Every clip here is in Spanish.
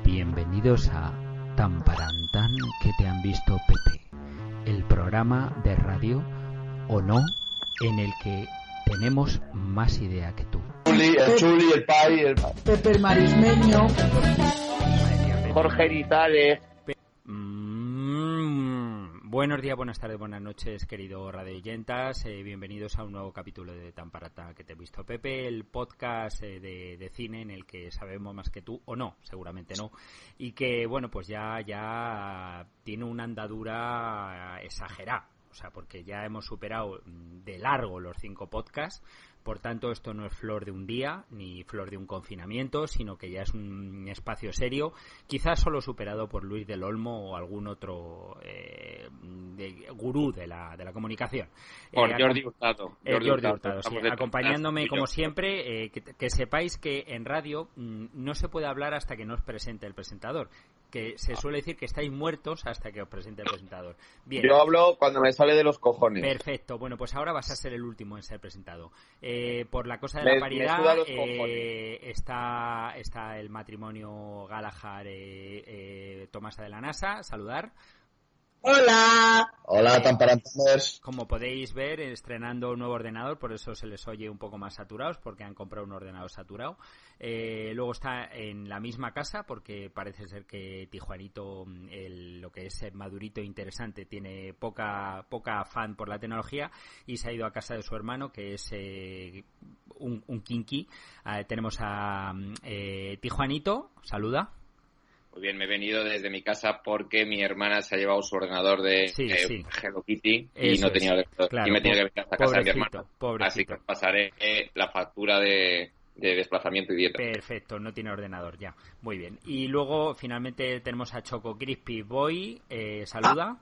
Bienvenidos a Tan Parantán que te han visto Pepe, el programa de radio o no en el que tenemos más idea que tú. El Chuli, el Pai, el Pepe el Marismeño, Jorge Rizales. Buenos días, buenas tardes, buenas noches, queridos radioyentas. Bienvenidos a un nuevo capítulo de Tan Parantán que te he visto Pepe, el podcast de cine en el que sabemos más que tú, o no, seguramente no, y que, bueno, pues ya tiene una andadura exagerada. O sea, porque ya hemos superado de largo los 5 podcasts. Por tanto, esto no es flor de un día ni flor de un confinamiento, sino que ya es un espacio serio, quizás solo superado por Luis del Olmo o algún otro gurú de la comunicación. Por Jordi Hurtado. Jordi Hurtado, sí. Acompañándome, como siempre, que sepáis que en radio no se puede hablar hasta que no os presente el presentador, que se suele decir que estáis muertos hasta que os presente el presentador. Bien. Yo hablo cuando me sale de los cojones. Perfecto. Bueno, pues ahora vas a ser el último en ser presentado. Por la cosa de la paridad está el matrimonio Gallagher Tomasa de la NASA. Saludar. ¡Hola! Hola, Tan Parantaners. Como podéis ver, estrenando un nuevo ordenador, por eso se les oye un poco más saturados, porque han comprado un ordenador saturado. Luego está en la misma casa, porque parece ser que Tijuanito, lo que es madurito interesante, tiene poca afán por la tecnología y se ha ido a casa de su hermano, que es un kinky. Tenemos a Tijuanito, saluda. Muy bien, me he venido desde mi casa porque mi hermana se ha llevado su ordenador de Hello Kitty y no tenía ordenador. Claro, y me tiene que venir hasta casa de mi hermana. Así que pasaré la factura de desplazamiento y dieta. Perfecto, no tiene ordenador ya. Muy bien. Y luego finalmente tenemos a Choco Crispy Boy. Saluda.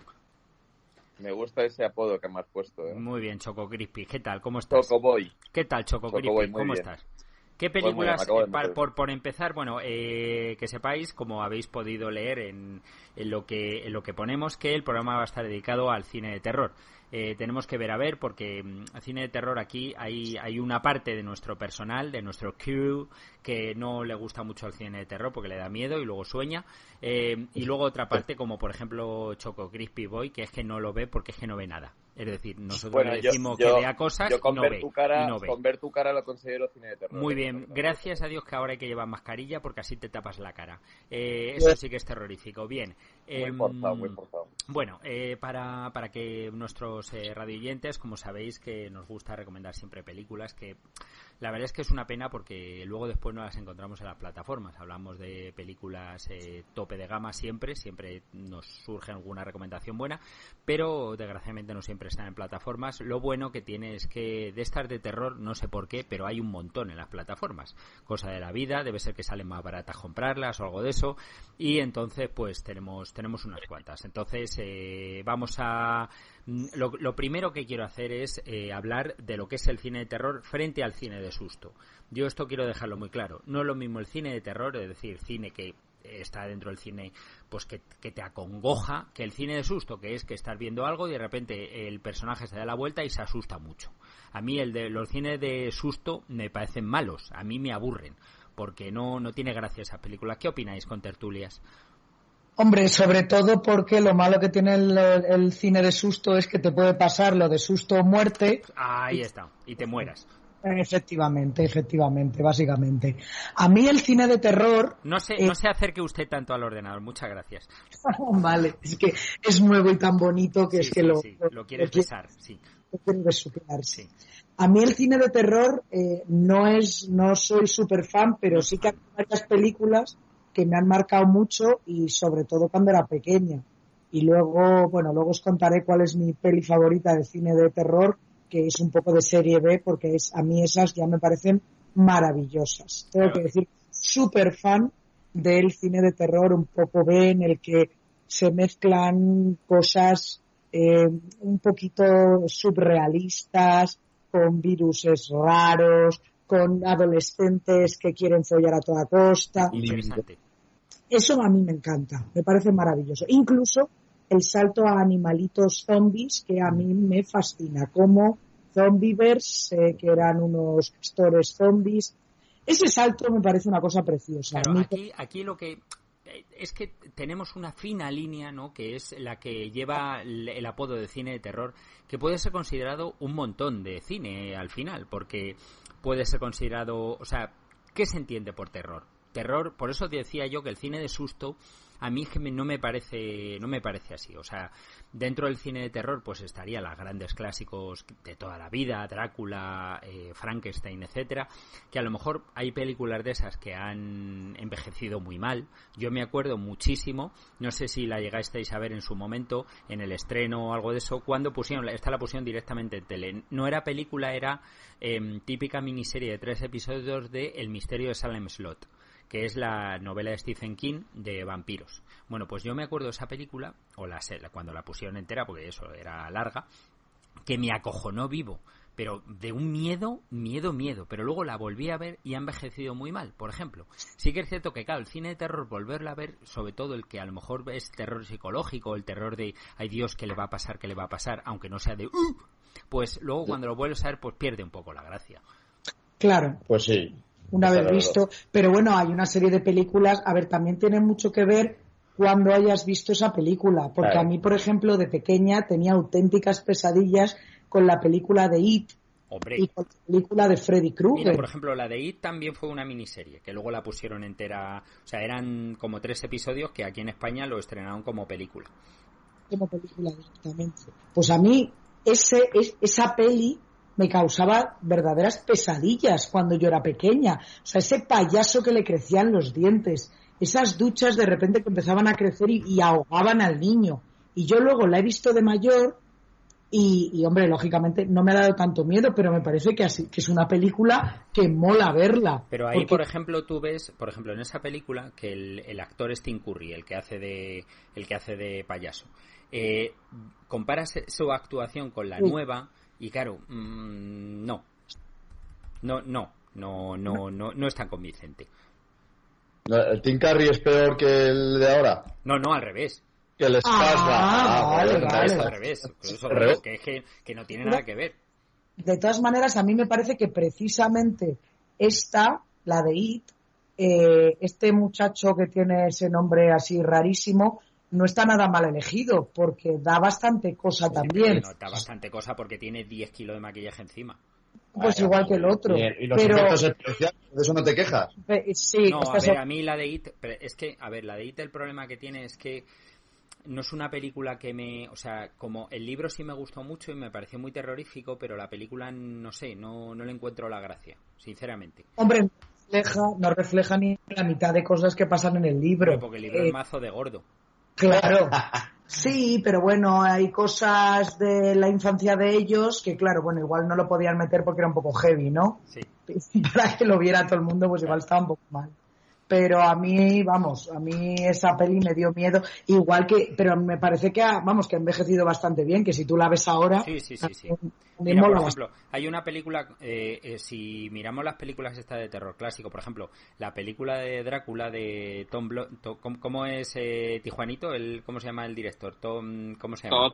Me gusta ese apodo que me has puesto. Muy bien, Choco Crispy. ¿Qué tal? ¿Cómo estás? Choco Boy. ¿Qué tal, Choco Crispy? ¿Cómo estás? ¿Qué películas, por empezar, bueno, que sepáis, como habéis podido leer en lo que ponemos, que el programa va a estar dedicado al cine de terror? Tenemos que ver, porque al cine de terror aquí hay una parte de nuestro personal, de nuestro crew, que no le gusta mucho el cine de terror porque le da miedo y luego sueña, y luego otra parte, como por ejemplo Choco Crispy Boy, que es que no lo ve porque es que no ve nada. Es decir, nosotros le decimos que vea cosas y no ve. Con ver tu cara lo considero cine de terror. Muy bien, gracias a Dios que ahora hay que llevar mascarilla porque así te tapas la cara. Eso sí que es terrorífico. Bien. Muy forzado. Bueno, para que nuestros radioyentes, como sabéis, que nos gusta recomendar siempre películas, que la verdad es que es una pena porque luego después no las encontramos en las plataformas. Hablamos de películas tope de gama siempre nos surge alguna recomendación buena, pero desgraciadamente no siempre están en plataformas. Lo bueno que tiene es que de estas de terror, no sé por qué, pero hay un montón en las plataformas. Cosa de la vida, debe ser que salen más baratas comprarlas o algo de eso, y entonces pues tenemos unas cuantas. Entonces vamos a... Lo primero que quiero hacer es hablar de lo que es el cine de terror frente al cine de susto. Yo esto quiero dejarlo muy claro. No es lo mismo el cine de terror, es decir, cine que está dentro del cine pues que te acongoja, que el cine de susto, que es que estás viendo algo y de repente el personaje se da la vuelta y se asusta mucho. A mí los cines de susto me parecen malos, a mí me aburren, porque no tiene gracia esas películas. ¿Qué opináis, contertulias? Hombre, sobre todo porque lo malo que tiene el cine de susto es que te puede pasar lo de susto o muerte. Ahí está, y te mueras. Efectivamente, básicamente. A mí el cine de terror... No se acerque usted tanto al ordenador, muchas gracias. Vale, es que es nuevo y tan bonito que lo quieres besar, sí. Lo quiero besuquear, sí. A mí el cine de terror no soy súper fan, pero sí que hay varias películas que me han marcado mucho y sobre todo cuando era pequeña. Y luego os contaré cuál es mi peli favorita de cine de terror, que es un poco de serie B, porque a mí esas ya me parecen maravillosas. Tengo que decir, súper fan del cine de terror un poco B, en el que se mezclan cosas un poquito surrealistas, con viruses raros, con adolescentes que quieren follar a toda costa. Interesante. Eso a mí me encanta, me parece maravilloso. Incluso el salto a animalitos zombies, que a mí me fascina, como Zombievers, que eran unos castores zombies. Ese salto me parece una cosa preciosa. Claro, aquí lo que es que tenemos una fina línea, ¿no? Que es la que lleva el apodo de cine de terror, que puede ser considerado un montón de cine al final, porque puede ser considerado, o sea, ¿qué se entiende por terror? Terror, por eso te decía yo que el cine de susto a mí no me parece así. O sea, dentro del cine de terror pues estarían los grandes clásicos de toda la vida, Drácula, Frankenstein, etcétera, que a lo mejor hay películas de esas que han envejecido muy mal. Yo me acuerdo muchísimo, no sé si la llegasteis a ver en su momento en el estreno o algo de eso, cuando pusieron, esta la pusieron directamente en tele. No era película, era típica miniserie de 3 episodios de El misterio de Salem Slot, que es la novela de Stephen King de vampiros. Bueno, pues yo me acuerdo de esa película, o cuando la pusieron entera, porque eso era larga, que me acojonó vivo, pero de un miedo, pero luego la volví a ver y ha envejecido muy mal, por ejemplo. Sí que es cierto que, claro, el cine de terror, volverla a ver, sobre todo el que a lo mejor es terror psicológico, el terror de, ay Dios, ¿qué le va a pasar? Aunque no sea de, pues luego cuando lo vuelves a ver, pues pierde un poco la gracia. Claro. Pues sí. Una vez visto, pero bueno, hay una serie de películas, a ver, también tiene mucho que ver cuando hayas visto esa película, porque claro. A mí, por ejemplo, de pequeña tenía auténticas pesadillas con la película de It. Hombre. Y con la película de Freddy Krueger. Mira, por ejemplo, la de It también fue una miniserie, que luego la pusieron entera, o sea, eran como 3 episodios que aquí en España lo estrenaron como película. Como película directamente. Pues a mí, esa peli me causaba verdaderas pesadillas cuando yo era pequeña. O sea, ese payaso que le crecían los dientes, esas duchas de repente que empezaban a crecer y ahogaban al niño. Y yo luego la he visto de mayor y hombre, lógicamente no me ha dado tanto miedo, pero me parece que es una película que mola verla. Pero ahí, por ejemplo, tú ves, por ejemplo, en esa película que el actor es Tim Curry, el que hace de payaso. Comparas su actuación con la nueva. Y claro, no es tan convincente. ¿El Tim Curry es peor que el de ahora? No, al revés. Que el Spasma. Vale. Al revés. Eso digo, que no tiene nada que ver. De todas maneras, a mí me parece que precisamente esta, la de It, este muchacho que tiene ese nombre así rarísimo, no está nada mal elegido, porque da bastante cosa también. No, da bastante cosa porque tiene 10 kilos de maquillaje encima. Pues igual que el otro. Y los efectos especiales, ¿de eso no te quejas? Sí. No, a ver, a mí la de It, es que, a ver, la de It, el problema que tiene es que no es una película que o sea, como el libro sí me gustó mucho y me pareció muy terrorífico, pero la película, no sé, no le encuentro la gracia, sinceramente. Hombre, no refleja ni la mitad de cosas que pasan en el libro. Pero porque el libro es mazo de gordo. Claro, sí, pero bueno, hay cosas de la infancia de ellos que, claro, bueno, igual no lo podían meter porque era un poco heavy, ¿no? Sí. Y para que lo viera todo el mundo, pues igual estaba un poco mal. Pero a mí esa peli me dio miedo, pero me parece que ha envejecido bastante bien, que si tú la ves ahora... Sí. Mira, por ejemplo, hay una película, si miramos las películas estas de terror clásico, por ejemplo, la película de Drácula de ¿cómo es Tijuanito? ¿Cómo se llama el director? ¿Cómo se llama?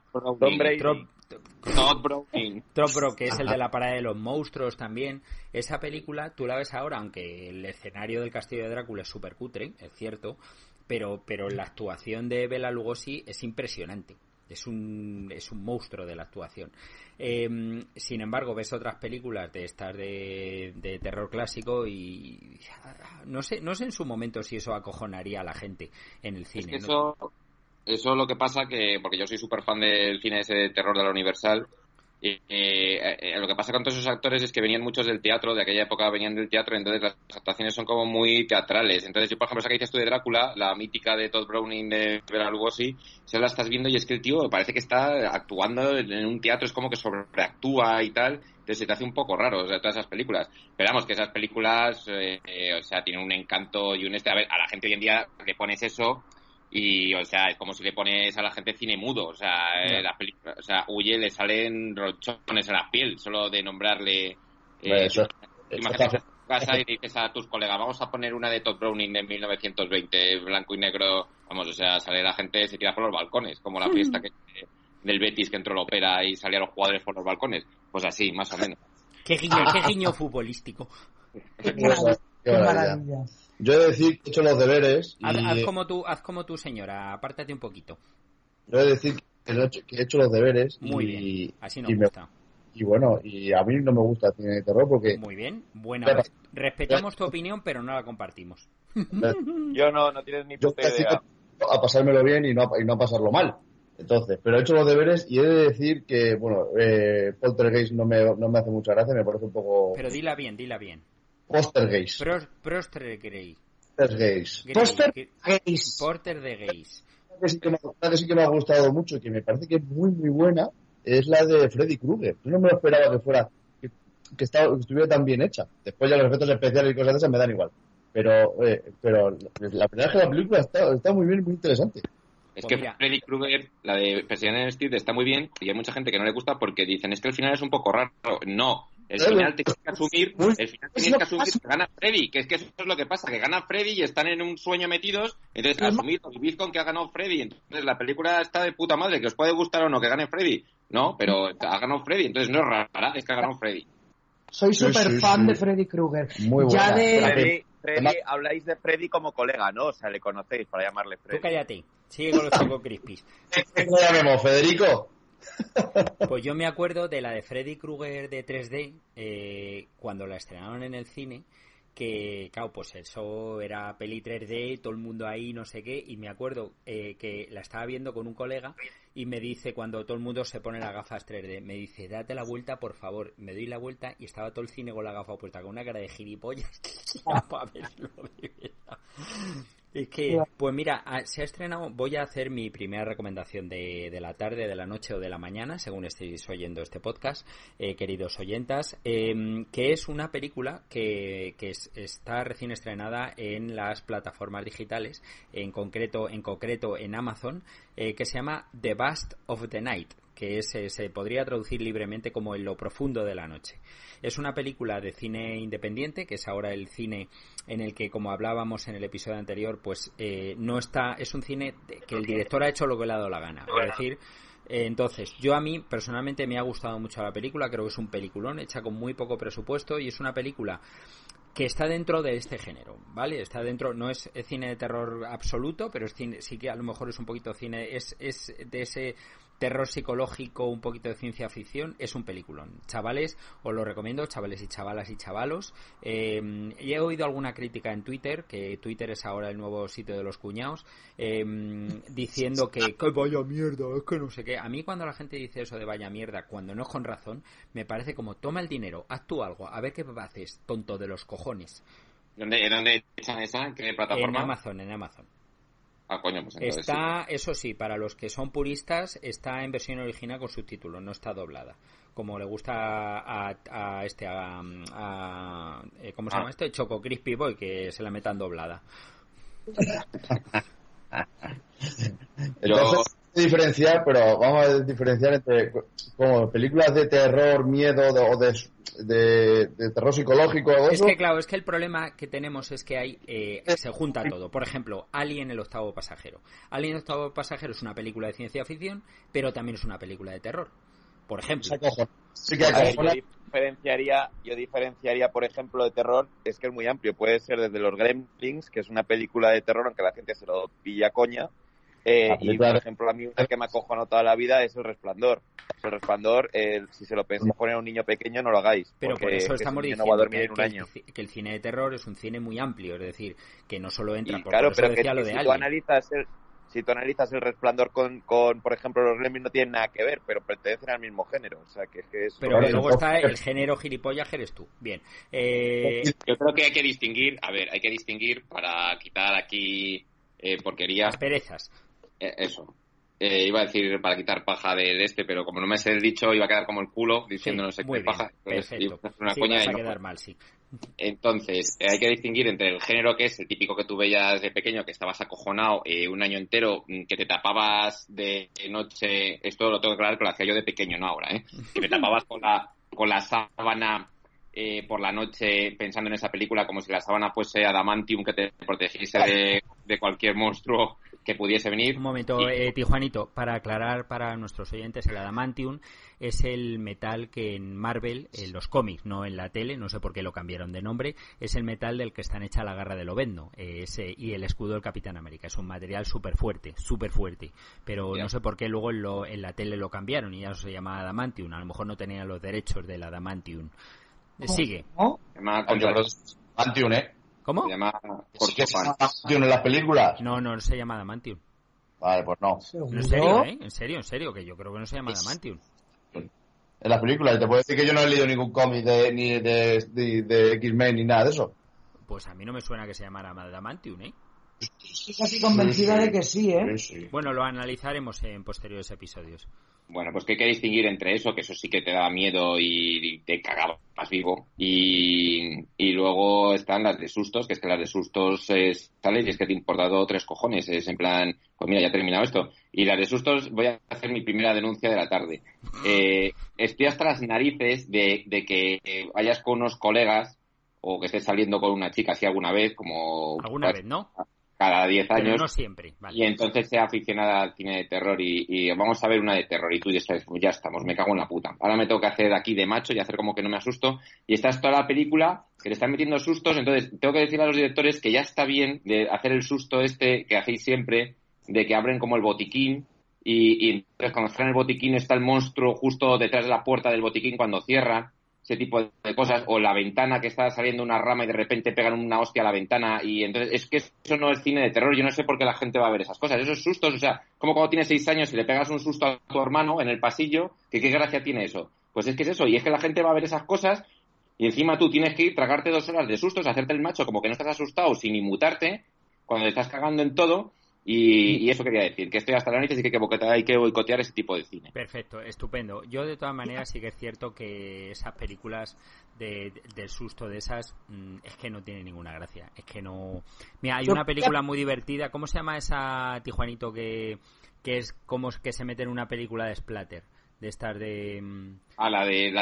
Todd Browning, que es el de la parada de los monstruos también. Esa película, tú la ves ahora, aunque el escenario del castillo de Drácula es súper cutre, es cierto, pero la actuación de Bela Lugosi es impresionante. Es un monstruo de la actuación. Sin embargo, ves otras películas de estas de terror clásico y no sé en su momento si eso acojonaría a la gente en el cine. Es que eso es lo que pasa, que porque yo soy súper fan del cine ese de terror de la Universal. Lo que pasa con todos esos actores es que venían muchos del teatro, de aquella época venían del teatro, entonces las actuaciones son como muy teatrales. Entonces yo, por ejemplo, esa que dices tú de Drácula, la mítica de Todd Browning de Bela Lugosi, se la estás viendo y es que el tío parece que está actuando en un teatro, es como que sobreactúa y tal, entonces se te hace un poco raro, o sea, todas esas películas. Pero vamos, que esas películas, o sea, tienen un encanto y a ver, a la gente hoy en día le pones eso y, o sea, es como si le pones a la gente cine mudo, o sea, la película, o sea, huye, le salen ronchones a la piel solo de nombrarle. Imagínate en tu casa y dices a tus colegas, vamos a poner una de Todd Browning de 1920, blanco y negro, vamos, o sea, sale la gente, se tira por los balcones, como la fiesta del Betis que entró la ópera y salían los jugadores por los balcones, pues así, más o menos. Qué guiño futbolístico. Qué maravilla. Yo he de decir que he hecho los deberes. Haz como tú, señora, apártate un poquito. Yo he de decir que he hecho los deberes. Muy bien, así nos gusta. Y bueno, y a mí no me gusta el cine de terror porque... Muy bien, buena. Respetamos tu opinión, pero no la compartimos. Yo no tienes ni puta idea. A pasármelo bien y no a pasarlo mal. Entonces, pero he hecho los deberes y he de decir que, bueno, Poltergeist no me hace mucha gracia, me parece un poco... Pero dila bien. Poltergeist. Poltergeist. Una que sí que me ha gustado mucho y que me parece que es muy, muy buena es la de Freddy Krueger. Yo no me lo esperaba que fuera... Que estuviera tan bien hecha. Después ya los efectos especiales y cosas de esas me dan igual. Pero la verdad es que la película está muy bien, muy interesante. Es que Freddy Krueger, la de President of the Street, está muy bien y hay mucha gente que no le gusta porque dicen es que el final es un poco raro. No, el final tienes que asumir que gana Freddy, que eso es lo que pasa, que gana Freddy y están en un sueño metidos, entonces vivid con que ha ganado Freddy. Entonces la película está de puta madre, que os puede gustar o no que gane Freddy, no, pero ha ganado Freddy, entonces no es rara, es que ha ganado Freddy. Soy súper fan de Freddy Krueger. Muy buena. Freddy, habláis de Freddy como colega, ¿no? O sea, le conocéis para llamarle Freddy. Tú cállate, sigue con los Choco Crispies. ¿Cómo llamemos, Federico? Pues yo me acuerdo de la de Freddy Krueger de 3D, cuando la estrenaron en el cine, que, claro, pues eso era peli 3D, todo el mundo ahí, no sé qué, y me acuerdo que la estaba viendo con un colega y me dice, cuando todo el mundo se pone las gafas 3D, me dice, date la vuelta, por favor. Me doy la vuelta y estaba todo el cine con la gafa puesta, con una cara de gilipollas, para verlo de verdad. Es que, pues mira, se ha estrenado, voy a hacer mi primera recomendación de la tarde, de la noche o de la mañana, según estéis oyendo este podcast, queridos oyentas, que es una película que está recién estrenada en las plataformas digitales, en concreto en Amazon, que se llama The Vast of the Night, que se podría traducir libremente como En lo profundo de la noche. Es una película de cine independiente, que es ahora el cine en el que, como hablábamos en el episodio anterior, pues no está, es un cine que el director ha hecho lo que le ha dado la gana. Es decir, entonces, a mí personalmente me ha gustado mucho la película, creo que es un peliculón hecha con muy poco presupuesto y es una película que está dentro de este género, ¿vale? Está dentro, no es cine de terror absoluto, pero es cine, sí que a lo mejor es un poquito cine, es de ese terror psicológico, un poquito de ciencia ficción, es un peliculón. Chavales, os lo recomiendo, chavales y chavalas y chavalos. He oído alguna crítica en Twitter, que Twitter es ahora el nuevo sitio de los cuñados, diciendo que vaya mierda, es que no sé qué. A mí cuando la gente dice eso de vaya mierda, cuando no es con razón, me parece como toma el dinero, haz tú algo, a ver qué haces, tonto de los cojones. ¿Dónde echan esa? ¿En qué plataforma? En Amazon. Ah, coño, pues entonces está, sí. Eso sí, para los que son puristas, está en versión original con subtítulos, no está doblada. Como le gusta a ¿cómo se llama esto? Choco Crispy Boy, que se la metan doblada. Entonces, diferenciar, pero vamos a diferenciar entre como películas de terror, miedo o de terror psicológico o es eso. Que claro, es que el problema que tenemos es que hay se junta todo. Por ejemplo, Alien el octavo pasajero. Alien el octavo pasajero es una película de ciencia ficción, pero también es una película de terror. Por ejemplo. Sí, yo diferenciaría, por ejemplo, de terror, es que es muy amplio. Puede ser desde los Gremlins, que es una película de terror, aunque la gente se lo pilla coña. Y, por ejemplo, a mí una que me acojonó toda la vida es El Resplandor. El Resplandor, si se lo pensáis poner a un niño pequeño, no lo hagáis. Pero por eso estamos diciendo no va a dormir en un año. Que el cine de terror es un cine muy amplio, es decir, que no solo entra por claro, pero decía que lo de Alien. Si tú analizas El Resplandor con, por ejemplo, los Gremlins, no tienen nada que ver, pero pertenecen al mismo género. O sea, que es pero luego está el género gilipollas, eres tú. Bien. Yo creo que hay que distinguir para quitar aquí porquerías. Las perezas. Eso. Iba a decir para quitar paja de este, pero como no me sé el dicho, iba a quedar como el culo diciendo no sé qué paja. Perfecto. Una coña vas a quedar mal, sí. Entonces, hay que distinguir entre el género que es el típico que tú veías de pequeño, que estabas acojonado un año entero, que te tapabas de noche. Esto lo tengo que aclarar, que lo hacía yo de pequeño, no ahora, que te tapabas con la sábana por la noche pensando en esa película como si la sábana fuese adamantium que te protegiese de cualquier monstruo que pudiese venir. Un momento, Tijuanito, para aclarar para nuestros oyentes, el adamantium es el metal que en Marvel, en los cómics, no en la tele, no sé por qué lo cambiaron de nombre, es el metal del que están hecha la garra de Lobezno y el escudo del Capitán América. Es un material súper fuerte, pero no sé por qué luego en la tele lo cambiaron y ya se llama adamantium. A lo mejor no tenían los derechos del adamantium. Sigue. ¿No? Se llama adamantium, ¿Cómo? Se llama adamantium en las películas. No se llama adamantium. Vale, pues no. En serio, que yo creo que no se llama adamantium. En las películas, te puedo decir que yo no he leído ningún cómic ni de X-Men ni nada de eso. Pues a mí no me suena que se llamara adamantium, Estoy casi convencida de que sí, Sí. Bueno, lo analizaremos en posteriores episodios. Bueno, pues que hay que distinguir entre eso, que eso sí que te da miedo y te cagabas vivo. Y luego están las de sustos, que es que las de sustos sales y es que te he importado 3 cojones. Es en plan, pues mira, ya he terminado esto. Y las de sustos voy a hacer mi primera denuncia de la tarde. Estoy hasta las narices de que vayas con unos colegas o que estés saliendo con una chica así alguna vez, como... ¿Alguna vez, no? Cada 10 años. Pero no siempre, vale. Y entonces sea aficionada al cine de terror y vamos a ver una de terror y tú dices, ya estamos, me cago en la puta. Ahora me tengo que hacer aquí de macho y hacer como que no me asusto. Y esta es toda la película que le están metiendo sustos, entonces tengo que decirle a los directores que ya está bien de hacer el susto que hacéis siempre, de que abren como el botiquín y entonces cuando cierran el botiquín está el monstruo justo detrás de la puerta del botiquín cuando cierra. Ese tipo de cosas, o la ventana que está saliendo una rama y de repente pegan una hostia a la ventana y entonces es que eso no es cine de terror. Yo no sé por qué la gente va a ver esas cosas, esos sustos, o sea, como cuando tienes 6 años y le pegas un susto a tu hermano en el pasillo, que qué gracia tiene eso. Pues es que es eso, y es que la gente va a ver esas cosas y encima tú tienes que ir, tragarte 2 horas de sustos, hacerte el macho como que no estás asustado sin inmutarte cuando te estás cagando en todo. Y eso quería decir, que estoy hasta la nariz y que hay que boicotear ese tipo de cine. Perfecto, estupendo. Yo de todas maneras sí que es cierto que esas películas del susto de esas es que no tienen ninguna gracia. Es que no... Mira, hay una película muy divertida. ¿Cómo se llama esa, Tijuanito, que es como que se mete en una película de splatter? De estas de... la de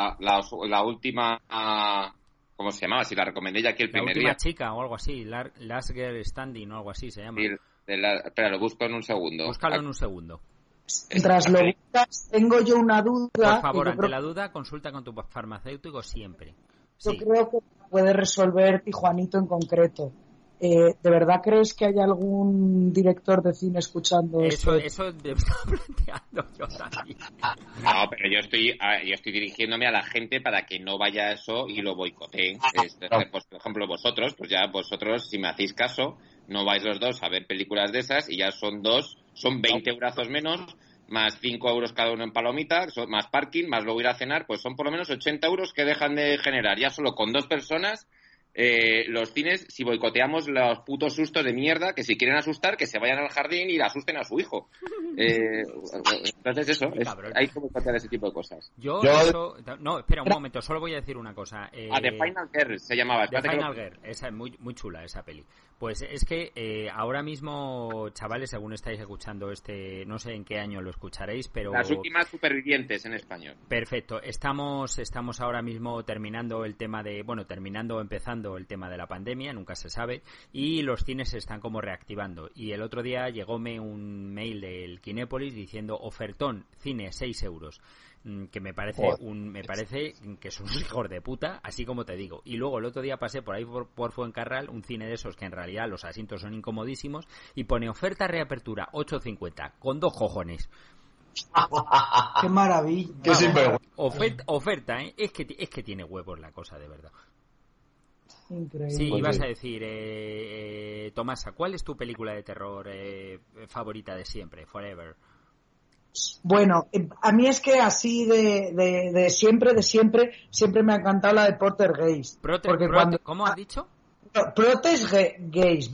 la última... ¿Cómo se llamaba? Si la recomendé ya aquí el primer día. La última chica o algo así. Last Girl Standing o algo así se llama. Sí, espera, lo busco en un segundo. Búscalo en un segundo. Mientras lo buscas, tengo yo una duda. Por favor, ante la duda, consulta con tu farmacéutico siempre. Yo creo que puede resolver Tijuanito en concreto. ¿De verdad crees que hay algún director de cine escuchando esto? Eso me está planteando yo también. No, pero yo estoy dirigiéndome a la gente para que no vaya a eso y lo boicoteen. Pues, por ejemplo, vosotros, si me hacéis caso, no vais los dos a ver películas de esas y ya son 20 eurazos menos, más 5 euros cada uno en palomitas, más parking, más luego ir a cenar, pues son por lo menos 80 euros que dejan de generar ya solo con 2 personas. Los cines, si boicoteamos los putos sustos de mierda, que si quieren asustar, que se vayan al jardín y le asusten a su hijo. Entonces eso, hay que boicotear ese tipo de cosas. No, espera un momento, solo voy a decir una cosa. The Final Girl se llamaba. The Final Girl, esa es muy, muy chula esa peli. Pues es que ahora mismo, chavales, según estáis escuchando no sé en qué año lo escucharéis, pero... Las últimas supervivientes en español. Perfecto, estamos ahora mismo terminando empezando el tema de la pandemia, nunca se sabe, y los cines se están como reactivando. Y el otro día llegóme un mail del Kinépolis diciendo ofertón, cine, 6 euros. Que me parece que son unos hijos de puta, así como te digo. Y luego el otro día pasé por ahí por Fuencarral, un cine de esos que en realidad los asientos son incomodísimos, y pone oferta reapertura 8,50 con 2 cojones. ¡Qué maravilla! Oferta, es que tiene huevos la cosa, de verdad. Increíble. Sí, ibas a decir, Tomasa, ¿cuál es tu película de terror favorita de siempre, forever? Bueno, a mí es que así de siempre me ha encantado la de Poltergeist. ¿Cómo has dicho? Poltergeist.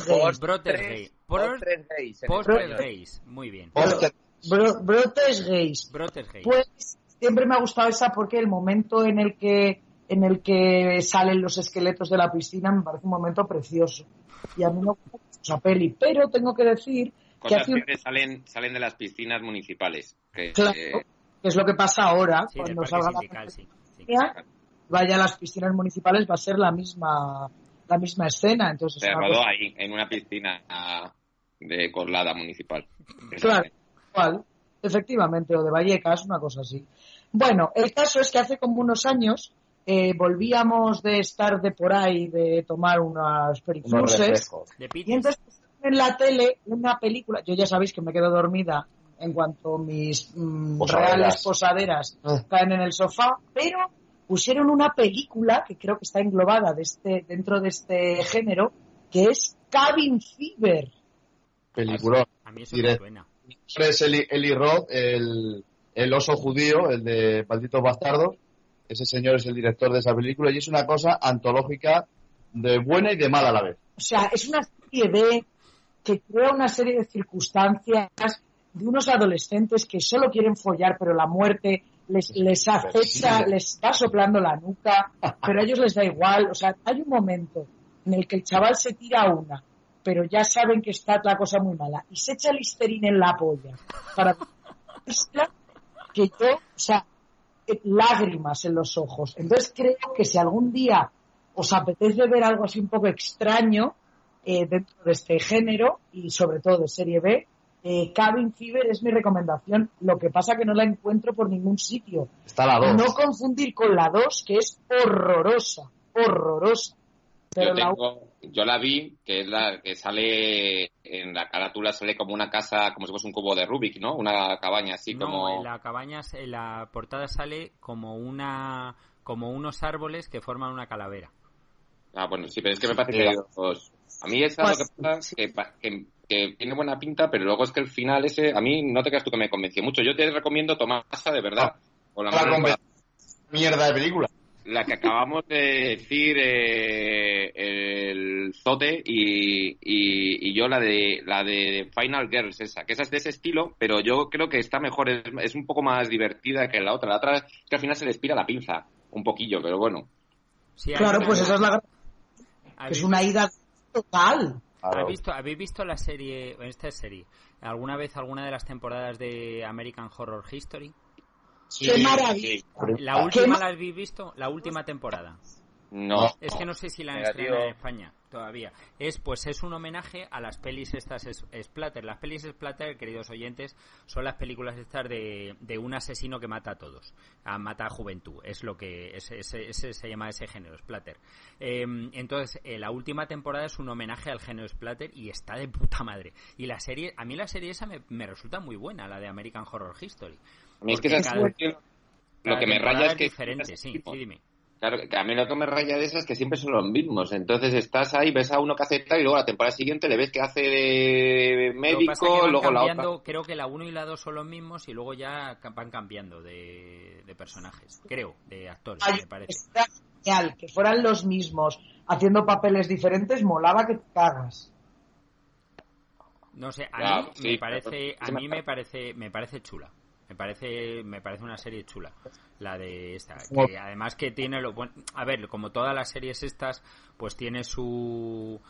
Muy bien. Poltergeist. Pues siempre me ha gustado esa porque el momento en el que salen los esqueletos de la piscina me parece un momento precioso. Y a mí me gusta esa peli, pero tengo que decir cosas que salen de las piscinas municipales. Claro, que es lo que pasa ahora. Sí, cuando salga la pandemia, vaya a las piscinas municipales, va a ser la misma escena. Entonces, se rodó ahí, en una piscina de Coslada municipal. Claro, igual, efectivamente, o de Vallecas, una cosa así. Bueno, el caso es que hace como unos años volvíamos de estar de por ahí, de tomar unos perifluses, y entonces en la tele una película, yo ya sabéis que me quedo dormida en cuanto mis reales posaderas caen en el sofá, pero pusieron una película que creo que está englobada dentro de este género, que es Cabin Fever. Película. A mí eso me suena. Es Eli Roth, el oso judío, el de Malditos Bastardos. Ese señor es el director de esa película y es una cosa antológica de buena y de mala a la vez. O sea, es una serie que crea una serie de circunstancias de unos adolescentes que solo quieren follar, pero la muerte les acecha, les va soplando la nuca, pero a ellos les da igual. O sea, hay un momento en el que el chaval se tira a una, pero ya saben que está la cosa muy mala, y se echa Listerine en la polla para que yo, o sea, lágrimas en los ojos. Entonces creo que si algún día os apetece ver algo así un poco extraño dentro de este género, y sobre todo de serie B, Cabin Fever es mi recomendación. Lo que pasa que no la encuentro por ningún sitio. Está la 2. No confundir con la 2, que es horrorosa. Pero yo la vi, que es la que sale en la carátula, sale como una casa, como si fuese un cubo de Rubik, ¿no? Una cabaña así como... en la cabaña, en la portada sale como unos árboles que forman una calavera. Ah, bueno, sí, pero es que me parece que a mí esa lo que pasa que tiene buena pinta, pero luego es que el final ese, a mí no te creas tú que me convenció mucho. Yo te recomiendo Tomasa, de verdad. Con la mierda de película. La que acabamos de decir, el Zote y yo la de Final Girls, esa es de ese estilo, pero yo creo que está mejor, es un poco más divertida que la otra. La otra que al final se les pira la pinza un poquillo, pero bueno. Sí, claro, pues esa es la es una ida total. ¿Habéis visto la serie, esta serie, alguna de las temporadas de American Horror History? Sí, ¡qué maravilla! ¿La última la habéis visto? La última temporada. No. Es que no sé si la han estrenado en España todavía. Es un homenaje a las pelis estas splatter. Las pelis splatter, queridos oyentes, son las películas estas de un asesino que mata a todos. Mata a juventud. Es lo que se llama ese género, splatter. Entonces, la última temporada es un homenaje al género splatter y está de puta madre. Y a mí la serie esa me resulta muy buena, la de American Horror History. A mí es que lo que me raya es que... diferente, sí, dime. Claro, que a mí lo que me raya de esas es que siempre son los mismos. Entonces estás ahí, ves a uno que hace tal y luego la temporada siguiente le ves que hace de médico, luego la otra. Creo que la 1 y la 2 son los mismos y luego ya van cambiando de personajes, creo, de actores, me parece. Está genial, que fueran los mismos haciendo papeles diferentes, molaba que te cagas. No sé, a mí me parece chula. Me parece una serie chula, la de esta, que además que tiene a ver, como todas las series estas, pues tiene su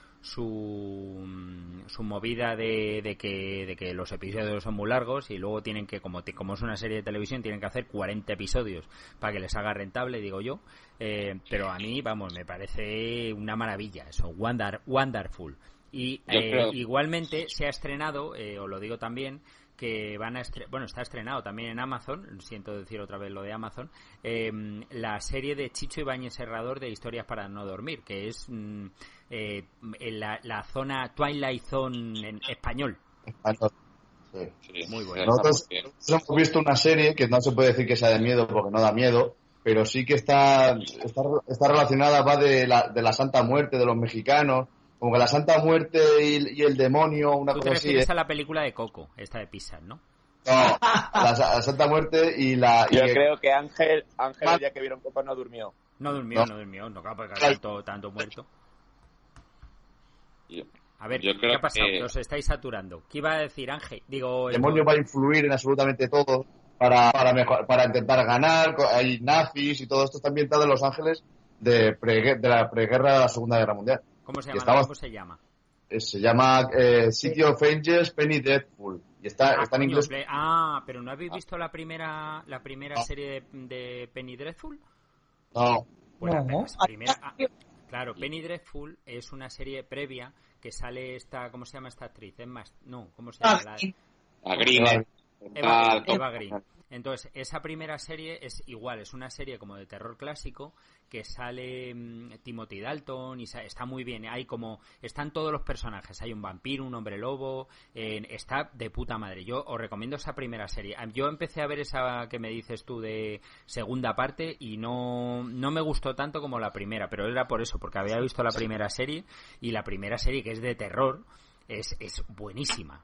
movida de que los episodios son muy largos y luego tienen que, como es una serie de televisión, tienen que hacer 40 episodios para que les haga rentable, digo yo, pero a mí, vamos, me parece una maravilla eso, wonderful. Y igualmente se ha estrenado, os lo digo también, que está estrenado también en Amazon, siento decir otra vez lo de Amazon, la serie de Chicho Ibáñez Serrador de Historias para no dormir, que es la zona Twilight Zone en español. Sí. Muy buena. Nosotros hemos visto una serie que no se puede decir que sea de miedo porque no da miedo, pero sí que está relacionada, va de la Santa Muerte de los mexicanos. Como que la Santa Muerte y el demonio, una cosa así. Tú te refieres a la película de Coco, esta de Pixar, ¿no? No, la Santa Muerte y la... Yo creo que Ángel ya que vieron Coco no durmió. No durmió, claro, porque tanto muerto. A ver, ¿qué ha pasado? Os estáis saturando. ¿Qué iba a decir Ángel? El demonio va a influir en absolutamente todo para intentar ganar. Hay nazis y todo esto está ambientado en Los Ángeles de la preguerra de la Segunda Guerra Mundial. ¿Cómo se llama? Se llama City of Angels, Penny Dreadful. Y está en inglés. Pero ¿no habéis visto la primera serie de Penny Dreadful? No. Bueno, claro, Penny Dreadful es una serie previa que sale esta, ¿cómo se llama esta actriz? ¿Cómo se llama? Eva Green. Entonces, esa primera serie es igual, es una serie como de terror clásico que sale Timothy Dalton y está muy bien. Están todos los personajes, hay un vampiro, un hombre lobo, está de puta madre. Yo os recomiendo esa primera serie. Yo empecé a ver esa que me dices tú de segunda parte y no me gustó tanto como la primera, pero era por eso, porque había visto la primera serie y la primera serie, que es de terror, es buenísima.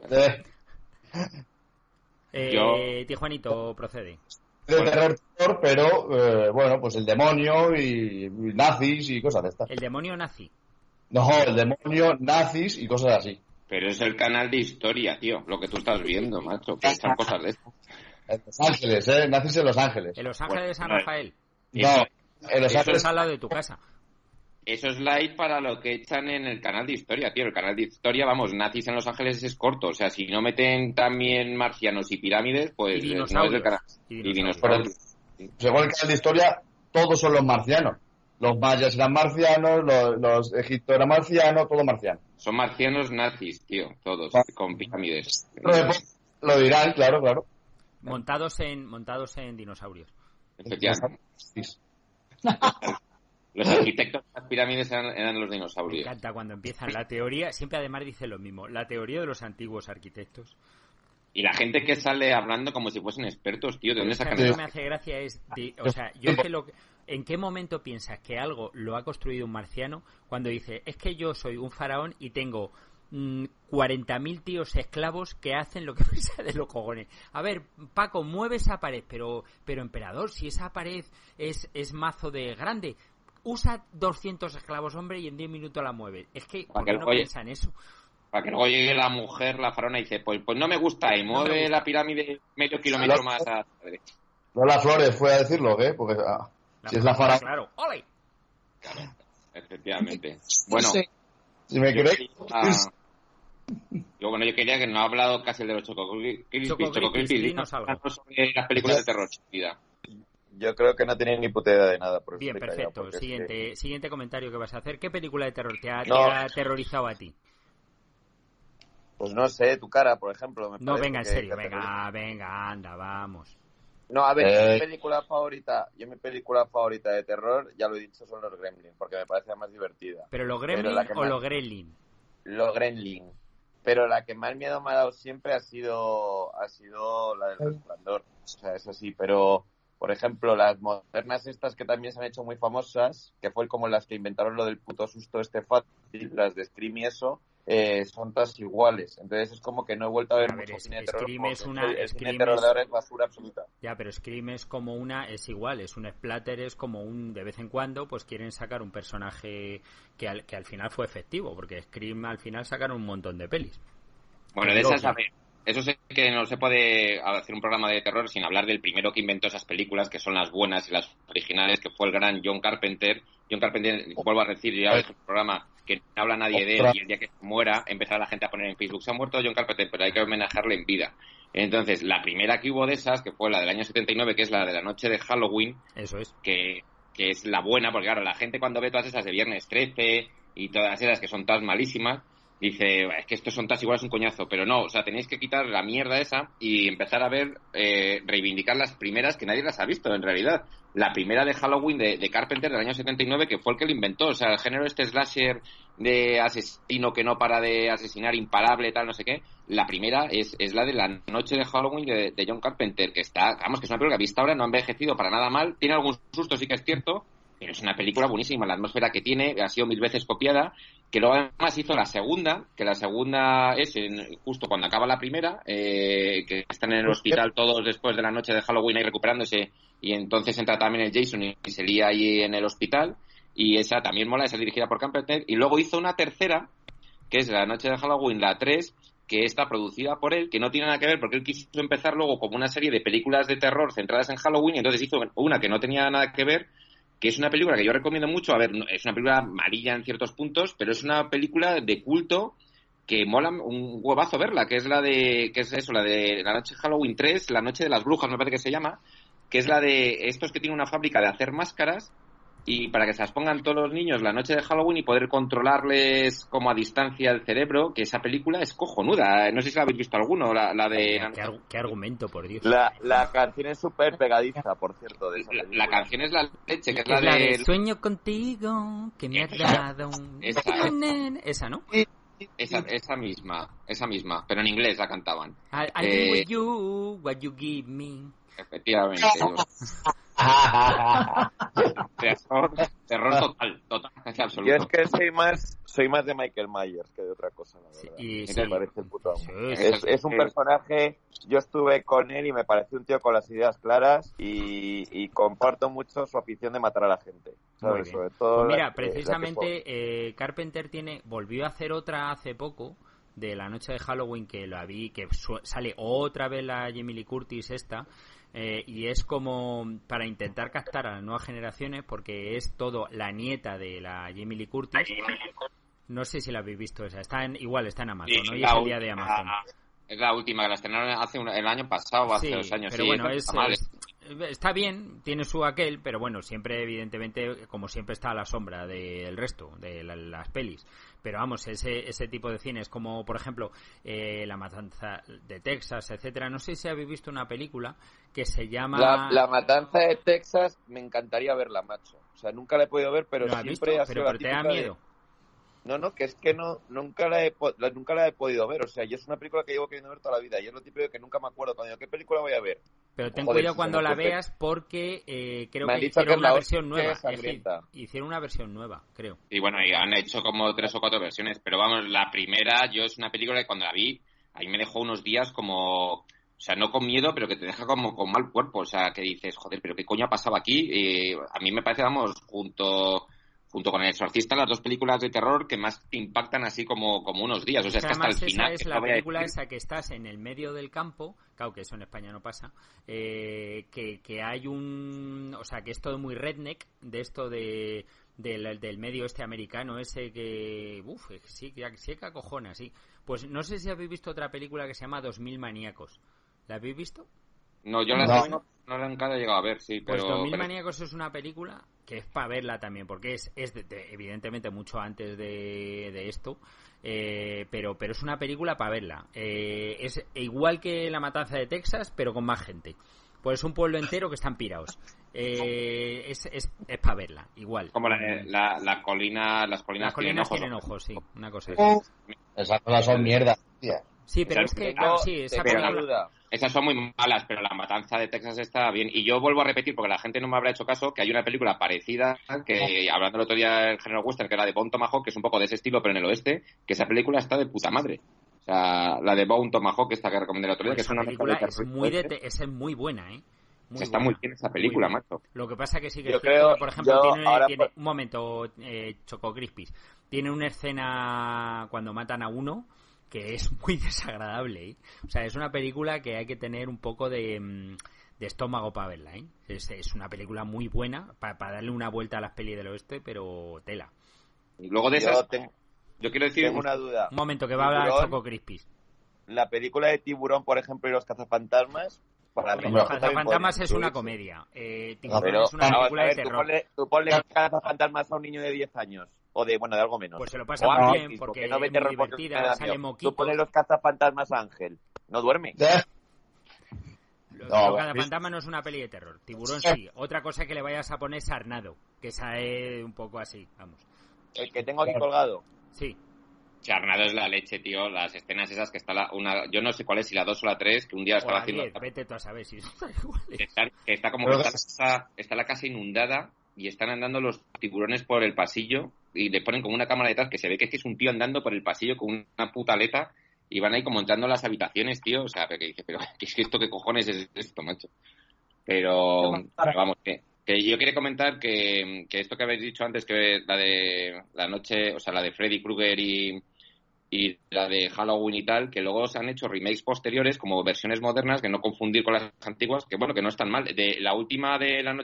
Tijuanito, procede. De terror, pero bueno, pues el demonio y nazis y cosas de estas. ¿El demonio nazi? No, el demonio, nazis y cosas así. Pero es el canal de historia, tío, lo que tú estás viendo, macho, que están cosas de estas. En Los Ángeles, nazis en Los Ángeles. ¿En Los Ángeles de San Rafael? No, en Los Ángeles. Es al lado de tu casa. Eso es light para lo que echan en el canal de historia, tío. El canal de historia, vamos, nazis en Los Ángeles es corto. O sea, si no meten también marcianos y pirámides, pues no es del canal. Y dinosaurios. Según el canal de historia, todos son los marcianos. Los mayas eran marcianos, los egipcios eran marcianos, todo marciano. Son marcianos nazis, tío, todos, con pirámides. Lo dirán, claro. Montados en dinosaurios. Efectivamente. Los arquitectos de las pirámides eran los dinosaurios. Me encanta cuando empiezan la teoría, siempre además dice lo mismo, la teoría de los antiguos arquitectos. Y la gente que sale hablando como si fuesen expertos, tío, ¿de dónde sacan eso? Lo que me hace gracia es, ¿en qué momento piensas que algo lo ha construido un marciano cuando dice, es que yo soy un faraón y tengo 40.000 tíos esclavos que hacen lo que me sale de los cojones? A ver, Paco, mueve esa pared, pero emperador, si esa pared es mazo de grande, usa 200 esclavos, hombre, y en 10 minutos la mueve. Es que, ¿por qué no piensan eso? Para que luego llegue la mujer, la faraona, y dice, pues no me gusta, y mueve la pirámide medio kilómetro más a la derecha. Lola Flores fue a decirlo, ¿eh? Porque si es la faraona... Claro, ¡ole! Claro, efectivamente. Bueno, si me crees... Yo quería que no ha hablado casi el de los Choco Crispy, no sobre las películas de terror, vida. Yo creo que no tienen ni puta idea de nada. Por bien, perfecto. Siguiente comentario que vas a hacer. ¿Qué película de terror te ha aterrorizado a ti? Pues no sé, Tu cara, por ejemplo. Venga, en serio. Venga, anda, vamos. No, a ver, mi película favorita de terror, ya lo he dicho, son los Gremlins, porque me parece más divertida. ¿Pero los Gremlins o los Gremlins? Los Gremlins. Pero la que más miedo me ha dado siempre ha sido la del Resplandor. O sea, es así, pero... Por ejemplo, las modernas estas que también se han hecho muy famosas, que fue como las que inventaron lo del puto susto fácil, las de Scream y eso, son todas iguales. Entonces es como que no he vuelto a ver mucho cine de terror. El cine de terror de ahora es basura absoluta. Ya, pero Scream es como es igual, es un splatter, es como de vez en cuando, pues quieren sacar un personaje que al final fue efectivo, porque Scream al final sacaron un montón de pelis. Bueno, de esas, a ver, eso sé que no se puede hacer un programa de terror sin hablar del primero que inventó esas películas, que son las buenas y las originales, que fue el gran John Carpenter. John Carpenter, vuelvo a decir, ya es un programa que no habla nadie de él, y el día que muera empezará la gente a poner en Facebook, se ha muerto John Carpenter, pero hay que homenajearle en vida. Entonces, la primera que hubo de esas, que fue la del año 79, que es la de la noche de Halloween, eso es, que es la buena, porque claro, la gente cuando ve todas esas de Viernes 13 y todas esas que son todas malísimas, dice, es que estos son todas iguales, un coñazo, pero no, o sea, tenéis que quitar la mierda esa y empezar a ver, reivindicar las primeras que nadie las ha visto en realidad. La primera de Halloween de Carpenter del año 79, que fue el que lo inventó, o sea, el género slasher de asesino que no para de asesinar, imparable, tal, no sé qué. La primera es la de la noche de Halloween de John Carpenter, que está, vamos, que es una película que vista ahora no ha envejecido para nada mal, tiene algún susto, sí que es cierto, pero es una película buenísima, la atmósfera que tiene ha sido 1000 veces copiada, que luego además hizo la segunda, que la segunda es justo cuando acaba la primera, que están en el hospital todos después de la noche de Halloween ahí recuperándose, y entonces entra también el Jason y se lía ahí en el hospital, y esa también mola, esa es dirigida por Carpenter, y luego hizo una tercera, que es la noche de Halloween, la 3, que está producida por él, que no tiene nada que ver, porque él quiso empezar luego como una serie de películas de terror centradas en Halloween, y entonces hizo una que no tenía nada que ver, que es una película que yo recomiendo mucho. A ver, es una película amarilla en ciertos puntos, pero es una película de culto que mola un huevazo verla, que es la de la noche de Halloween 3, la noche de las brujas, me parece que se llama, que es la de estos que tienen una fábrica de hacer máscaras y para que se las pongan todos los niños la noche de Halloween y poder controlarles como a distancia el cerebro, que esa película es cojonuda. No sé si la habéis visto alguno, la de... ¿Qué argumento, por Dios? La canción es súper pegadiza, por cierto. De la canción es la leche, que es la de... Sueño contigo, que me has dado un... Esa, ¿no? Esa misma, pero en inglés la cantaban. I do with you, what you give me. Efectivamente. Terror total, absoluto. Yo es que soy más de Michael Myers que de otra cosa, la verdad. Me parece el puto amo. Es un personaje, yo estuve con él y me pareció un tío con las ideas claras y comparto mucho su afición de matar a la gente, ¿sabes? Sobre todo pues mira, precisamente Carpenter volvió a hacer otra hace poco, de la noche de Halloween, que la vi, que sale otra vez la Jamie Lee Curtis esta, y es como para intentar captar a las nuevas generaciones, porque es todo la nieta de la Jamie Lee Curtis. No sé si la habéis visto esa, igual está en Amazon, ¿no? Y es el día de Amazon. Es la última, que la estrenaron el año pasado o hace 2 años. Pero bueno, está bien, tiene su aquel, pero bueno, siempre, evidentemente, como siempre, está a la sombra del resto, de las pelis. Pero vamos, ese tipo de cines, como por ejemplo La Matanza de Texas, etcétera. No sé si habéis visto una película que se llama... La Matanza de Texas, me encantaría verla, macho. O sea, nunca la he podido ver, pero siempre ha sido pero te da miedo. No, que es que nunca la he podido ver. O sea, yo es una película que llevo queriendo ver toda la vida. Y es lo típico que nunca me acuerdo cuando digo, ¿qué película voy a ver? Pero ten cuidado cuando la veas, porque creo que hicieron una versión nueva. Hicieron una versión nueva, creo. Y bueno, y han hecho como 3 o 4 versiones. Pero vamos, la primera, yo es una película que cuando la vi, ahí me dejó unos días como... O sea, no con miedo, pero que te deja como con mal cuerpo. O sea, que dices, joder, ¿pero qué coño ha pasado aquí? A mí me parece, vamos, junto con El Exorcista, las 2 películas de terror que más te impactan así como unos días. O sea, es que hasta el final... Esa es la película esa que estás en el medio del campo, claro que eso en España no pasa, que hay o sea, que es todo muy redneck, de esto del medio americano ese que... sí que acojona, sí. Pues no sé si habéis visto otra película que se llama 2000 maníacos. ¿La habéis visto? No, yo no la he llegado a ver, sí, pero... Pues 2000 maníacos es una película que es para verla también, porque es evidentemente mucho antes de esto, pero es una película para verla. Es igual que La Matanza de Texas, pero con más gente. Pues es un pueblo entero que están pirados. Es para verla, igual. Como las colinas tienen ojos, sí, una cosa así. Esas cosas son mierda, tía. Sí, pero es que, esa película... Esas son muy malas, pero La Matanza de Texas está bien. Y yo vuelvo a repetir, porque la gente no me habrá hecho caso, que hay una película parecida, que hablando el otro día del género western, que era de Bone Tomahawk, que es un poco de ese estilo, pero en el oeste, que esa película está de puta madre. O sea, la de Bone Tomahawk, esta que recomendé el otro día, que es una película es muy buena, ¿eh? Está muy bien esa película, macho. Lo que pasa que sí que creo, por ejemplo, tiene un momento, Choco Crispis, tiene una escena cuando matan a uno que es muy desagradable, ¿eh? O sea, es una película que hay que tener un poco de estómago para verla, ¿eh? Es una película muy buena para darle una vuelta a las pelis del oeste, pero tela. Y luego de esas, yo quiero decir... Tengo una duda. Un momento, que va a hablar Choco Crispis. La película de Tiburón, por ejemplo, y Los Cazafantasmas... Los Cazafantasmas es una comedia. Tiburón es una película de terror. Tú ponle Cazafantasmas a un niño de 10 años. O de algo menos. Pues se lo pasa muy bien, porque no es muy divertida, sale moquitos. Tú ponle Los Cazafantasmas a Ángel. ¿No duerme? Los Cazafantasmas no es una peli de terror. Tiburón sí. Otra cosa es que le vayas a poner Sarnado, que sale un poco así, vamos. El que tengo aquí colgado. Sí. Charnado es la leche, tío. Las escenas esas que está yo no sé cuál es, si la 2 o la 3, que un día estaba haciendo... Vete tú a saber si está como que está la casa inundada y están andando los tiburones por el pasillo y le ponen como una cámara detrás que se ve que es un tío andando por el pasillo con una puta aleta y van ahí como entrando a las habitaciones, tío. O sea, que dice, pero ¿qué es esto? ¿Qué cojones es esto, macho? Pero vamos, que yo quería comentar que esto que habéis dicho antes, que la de la noche, o sea, la de Freddy Krueger y la de Halloween y tal, que luego se han hecho remakes posteriores como versiones modernas, que no confundir con las antiguas, que bueno, que no están mal. De la última de la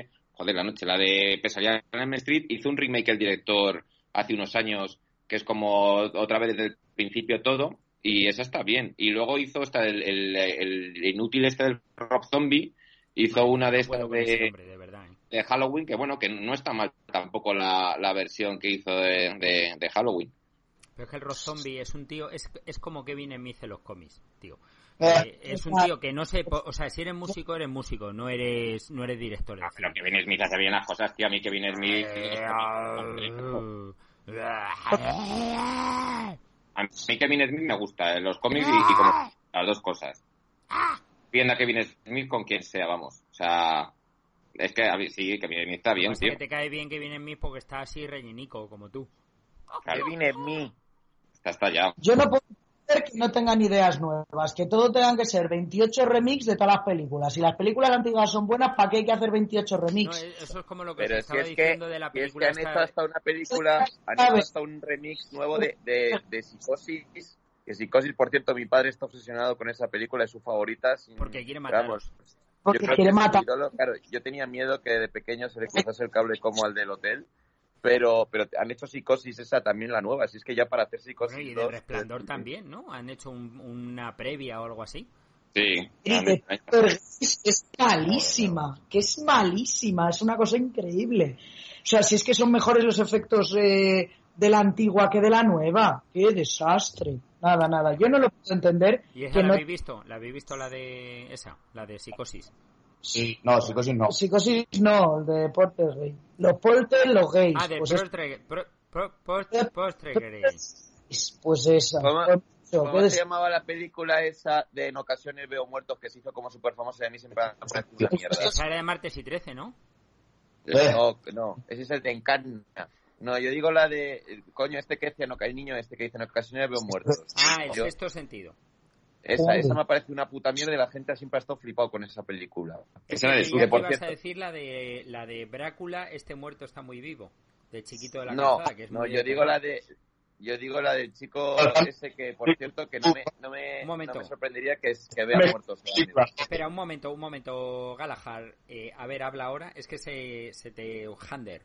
de Pesadilla en Elm Street, hizo un remake el director hace unos años, que es como otra vez desde el principio todo, y esa está bien. Y luego hizo el inútil del Rob Zombie, hizo una de estas de... verdad, ¿eh? de Halloween, que bueno, que no está mal tampoco la versión que hizo de Halloween. Pero es que el Rob Zombie es un tío, es como Kevin Smith en los cómics, tío. Es un tío que no sé, o sea, si eres músico, no eres director de cine. Pero Kevin Smith hace bien las cosas, tío. A mí Kevin Smith... A mí Kevin Smith me gusta, los cómics y como las dos cosas. Viendo a Kevin Smith con quien sea, vamos. O sea, es que sí, Kevin Smith está bien, tío. Que te cae bien Kevin Smith porque está así rellenico, como tú. Claro. Kevin Smith. Está ya. Yo no puedo entender que no tengan ideas nuevas, que todo tengan que ser 28 remix de todas las películas. Si las películas antiguas son buenas, ¿para qué hay que hacer 28 remix? No, eso es como lo que se estaba diciendo de la película. Es que han hecho hasta una película, han hecho hasta un remix nuevo de Psicosis. Que Psicosis, por cierto, mi padre está obsesionado con esa película, es su favorita. Porque quiere matarlos. Porque quiere matar. Claro, yo tenía miedo que de pequeño se le cruzase el cable como al del hotel. Pero han hecho Psicosis esa también, la nueva. Así es que ya para hacer Psicosis... Bueno, y de Resplandor también, ¿no? Han hecho una previa o algo así. Sí. Es malísima, es una cosa increíble. O sea, si es que son mejores los efectos de la antigua que de la nueva. ¡Qué desastre! Nada. Yo no lo puedo entender. ¿Y esa la habéis visto? ¿La habéis visto la de Psicosis? Sí, no, Psicosis no. Psicosis no, el de Poltergeist. Los Polter, los gays. Ah, de Poltergeist. Pues esa. ¿Cómo se llamaba la película esa de En ocasiones veo muertos que se hizo como súper famosa y a mí siempre me parece una mierda? Esa era de Martes y 13, ¿no? No, ese es el de Encarna. No, yo digo la de... Coño, que decía, el niño que dice En ocasiones veo muertos. El sexto sentido. Esa me parece una puta mierda y la gente siempre ha estado flipado con esa película. Esa de ¿Qué vas a decir? La de Brácula, este muerto está muy vivo, de Chiquito de la Calzada, que es muy yo digo la del chico ese que, por cierto, que no me sorprendería que vea muertos. Espera, un momento, Galahad. A ver, habla ahora. Es que se te... Hander.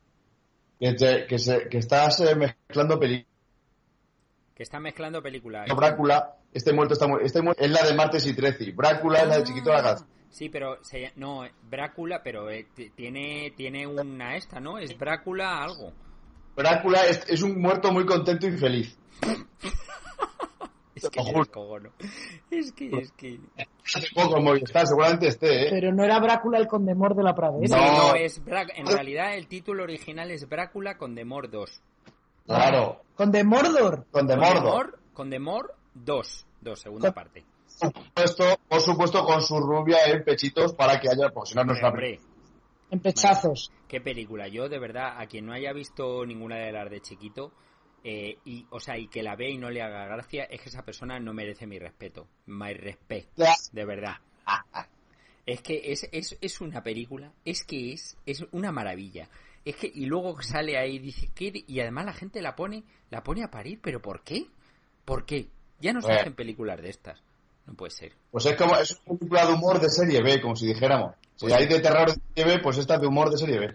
Que estás mezclando películas. Que está mezclando películas. Brácula, este muerto es la de Martes y 13. Brácula es la de Chiquito de la Calzada. Sí, pero Brácula, pero tiene una esta, ¿no? Es Brácula algo. Brácula es un muerto muy contento y feliz. Es que es cogono. Es que... Hace poco en Movistar, seguramente esté, ¿eh? Pero no era Brácula el Condemor de la pradera. No, en realidad el título original es Brácula Condemor 2. Claro. Condemordor. Condemor 2, segunda parte. Por supuesto, con su rubia en pechitos para que haya, pues si no, no es la en pechazos. Vale. Qué película. Yo, de verdad, a quien no haya visto ninguna de las de chiquito, y que la vea y no le haga gracia, es que esa persona no merece mi respeto. My respect. De verdad. Es que es una película, es una maravilla. Es que, y luego sale ahí y dice, ¿qué? Y además la gente la pone a parir, ¿pero por qué? ¿Por qué? Ya no se hacen películas de estas. No puede ser. Pues es una película de humor de serie B, como si dijéramos. Si hay de terror de serie B, pues esta es de humor de serie B.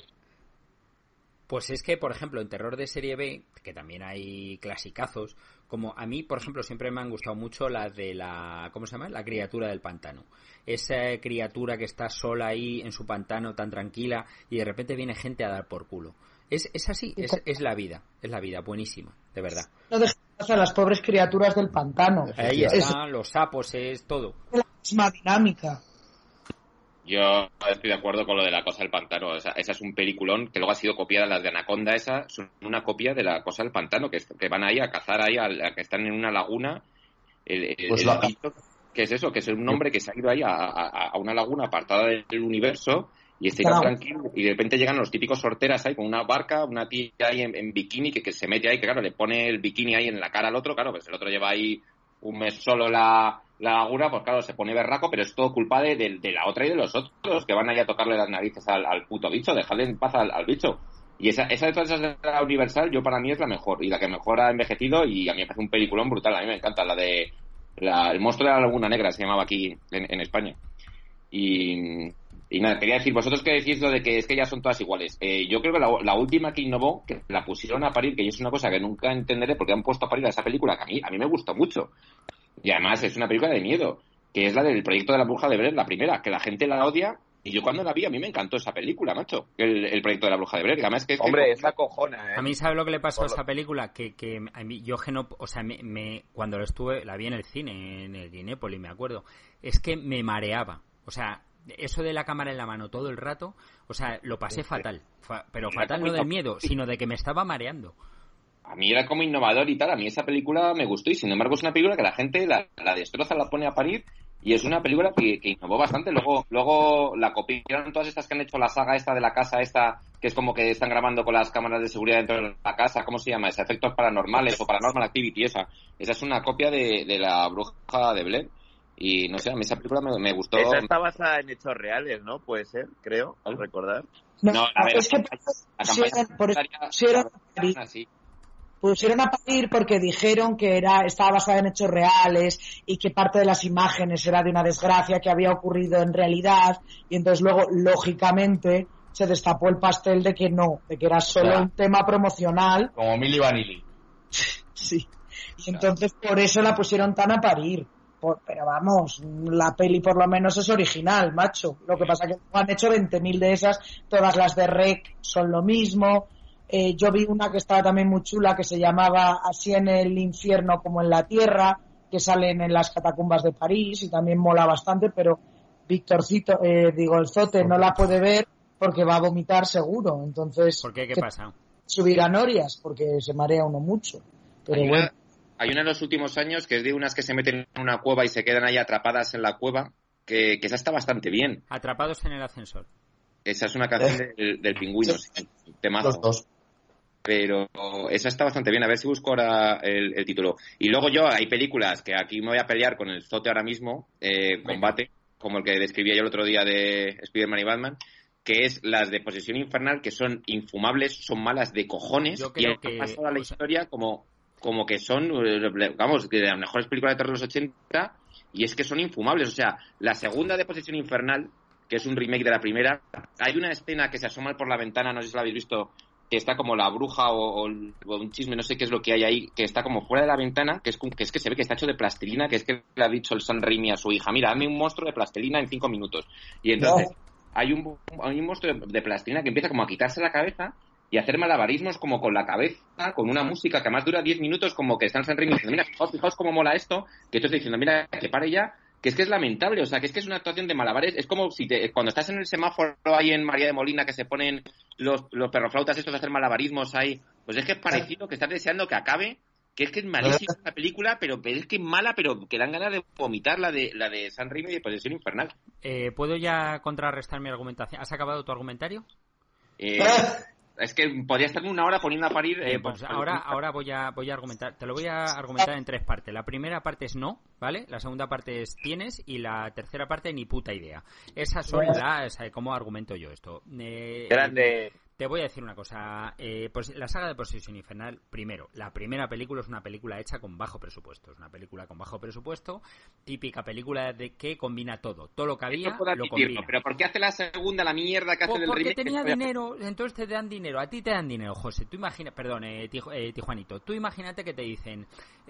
Pues es que, por ejemplo, en terror de serie B, que también hay clasicazos, como a mí, por ejemplo, siempre me han gustado mucho las de ¿cómo se llama? La criatura del pantano. Esa criatura que está sola ahí en su pantano tan tranquila y de repente viene gente a dar por culo. Es así, es la vida, buenísima, de verdad. No dejes a las pobres criaturas del pantano. Ahí están los sapos, es todo. La misma dinámica. Yo estoy de acuerdo con lo de La cosa del pantano. O sea, esa es un peliculón que luego ha sido copiada. Las de Anaconda, esa son una copia de La cosa del pantano, que van ahí a cazar ahí, que están en una laguna. El bicho, ¿qué es eso? Que es un hombre que se ha ido ahí a una laguna apartada del universo y está tranquilo, y de repente llegan los típicos sorteras ahí con una barca, una tía ahí en bikini que se mete ahí, que claro, le pone el bikini ahí en la cara al otro, claro, pues el otro lleva ahí un mes solo la laguna, pues claro, se pone berraco, pero es todo culpa de la otra y de los otros que van ahí a tocarle las narices al puto bicho, dejarle en paz al bicho. Y esa de todas esas de la Universal, yo para mí es la mejor, y la que mejor ha envejecido, y a mí me parece un peliculón brutal. A mí me encanta la de el monstruo de la Laguna Negra, se llamaba aquí en España. Y nada, quería decir, vosotros que decís lo de que es que ya son todas iguales. Yo creo que la última que innovó, que la pusieron a parir, que es una cosa que nunca entenderé porque han puesto a parir a esa película, que a mí me gustó mucho. Y además es una película de miedo, que es la del proyecto de la bruja de Blair, la primera, que la gente la odia yo cuando la vi, a mí me encantó esa película, macho. El proyecto de la bruja de Blair. Además que hombre, es la cojona, A mí, ¿sabes lo que le pasó a esa película? Que a mí, yo cuando la vi en el cine, en el Guinépoli, me acuerdo, es que me mareaba. O sea, eso de la cámara en la mano todo el rato, o sea, lo pasé fatal. Pero fatal no del miedo, sino de que me estaba mareando. A mí era como innovador y tal, a mí esa película me gustó y sin embargo es una película que la gente la destroza, la pone a parir y es una película que innovó bastante. Luego la copiaron todas estas que han hecho la saga esta de la casa esta, que es como que están grabando con las cámaras de seguridad dentro de la casa, ¿cómo se llama? Esa, Efectos Paranormales o Paranormal Activity, esa es una copia de la bruja de Blair. Y no sé, a mí esa película me gustó. Esa está basada en hechos reales, ¿no? Puede ser, creo, al recordar. No, a ver, es que pusieron a parir porque dijeron que estaba basada en hechos reales y que parte de las imágenes era de una desgracia que había ocurrido en realidad, y entonces luego, lógicamente, se destapó el pastel de que era solo un tema promocional. Como Milli Vanilli. Sí. Y entonces por eso la pusieron tan a parir. Pero vamos, la peli por lo menos es original, macho. Lo que pasa es que han hecho 20.000 de esas, todas las de REC son lo mismo. Yo vi una que estaba también muy chula que se llamaba Así en el infierno como en la tierra, que salen en las catacumbas de París y también mola bastante, pero Victorcito, el Zote no la puede ver porque va a vomitar seguro. Entonces, ¿por qué? ¿Qué pasa? Subir a norias porque se marea uno mucho. Pero bueno. Hay una en los últimos años que es de unas que se meten en una cueva y se quedan ahí atrapadas en la cueva, que esa está bastante bien. Atrapados en el ascensor. Esa es una canción del Pingüino, sí, temazo. Los dos. Pero esa está bastante bien, a ver si busco ahora el título. Y luego hay películas que aquí me voy a pelear con el Zote ahora mismo, combate, como el que describía yo el otro día de Spider-Man y Batman, que es las de Posesión Infernal, que son infumables, son malas de cojones, y han pasado a la historia como que son, vamos, de las mejores películas de terror de los 80, y es que son infumables. O sea, la segunda de Posesión Infernal, que es un remake de la primera, hay una escena que se asoma por la ventana, no sé si la habéis visto, que está como la bruja o un chisme, no sé qué es lo que hay ahí, que está como fuera de la ventana, que es que se ve que está hecho de plastilina, que es que le ha dicho el Sam Raimi a su hija, mira, dame un monstruo de plastilina en 5 minutos. Y entonces hay un monstruo de plastilina que empieza como a quitarse la cabeza y hacer malabarismos como con la cabeza, con una música que además dura 10 minutos, como que está el Sam Raimi diciendo, mira, fijaos cómo mola esto, que tú estás diciendo, mira, que pare ya, que es lamentable, o sea, que es una actuación de malabares. Es como si cuando estás en el semáforo ahí en María de Molina, que se ponen los perroflautas estos a hacer malabarismos ahí, pues es que es parecido, que estás deseando que acabe, que es malísima la película, pero es que es mala, pero que dan ganas de vomitar la de Sam Raimi de Posesión Infernal. ¿Puedo ya contrarrestar mi argumentación? ¿Has acabado tu argumentario? Es que podría estarme una hora poniendo a parir. Pues ahora voy a argumentar. Te lo voy a argumentar en 3 partes. La primera parte es no, ¿vale? La segunda parte es tienes y la tercera parte ni puta idea. Esas son ¿cómo argumento yo esto? Grande. Te voy a decir una cosa. Pues la saga de Posesión Infernal, primero, la primera película es una película hecha con bajo presupuesto. Es una película con bajo presupuesto, típica película de que combina todo. Todo lo que había, lo combina. Pero ¿por qué hace la segunda la mierda que hace del remake? Porque tenía dinero, entonces te dan dinero. A ti te dan dinero, José. Tú imagina, perdón, Tijuanito. Tú imagínate que te dicen,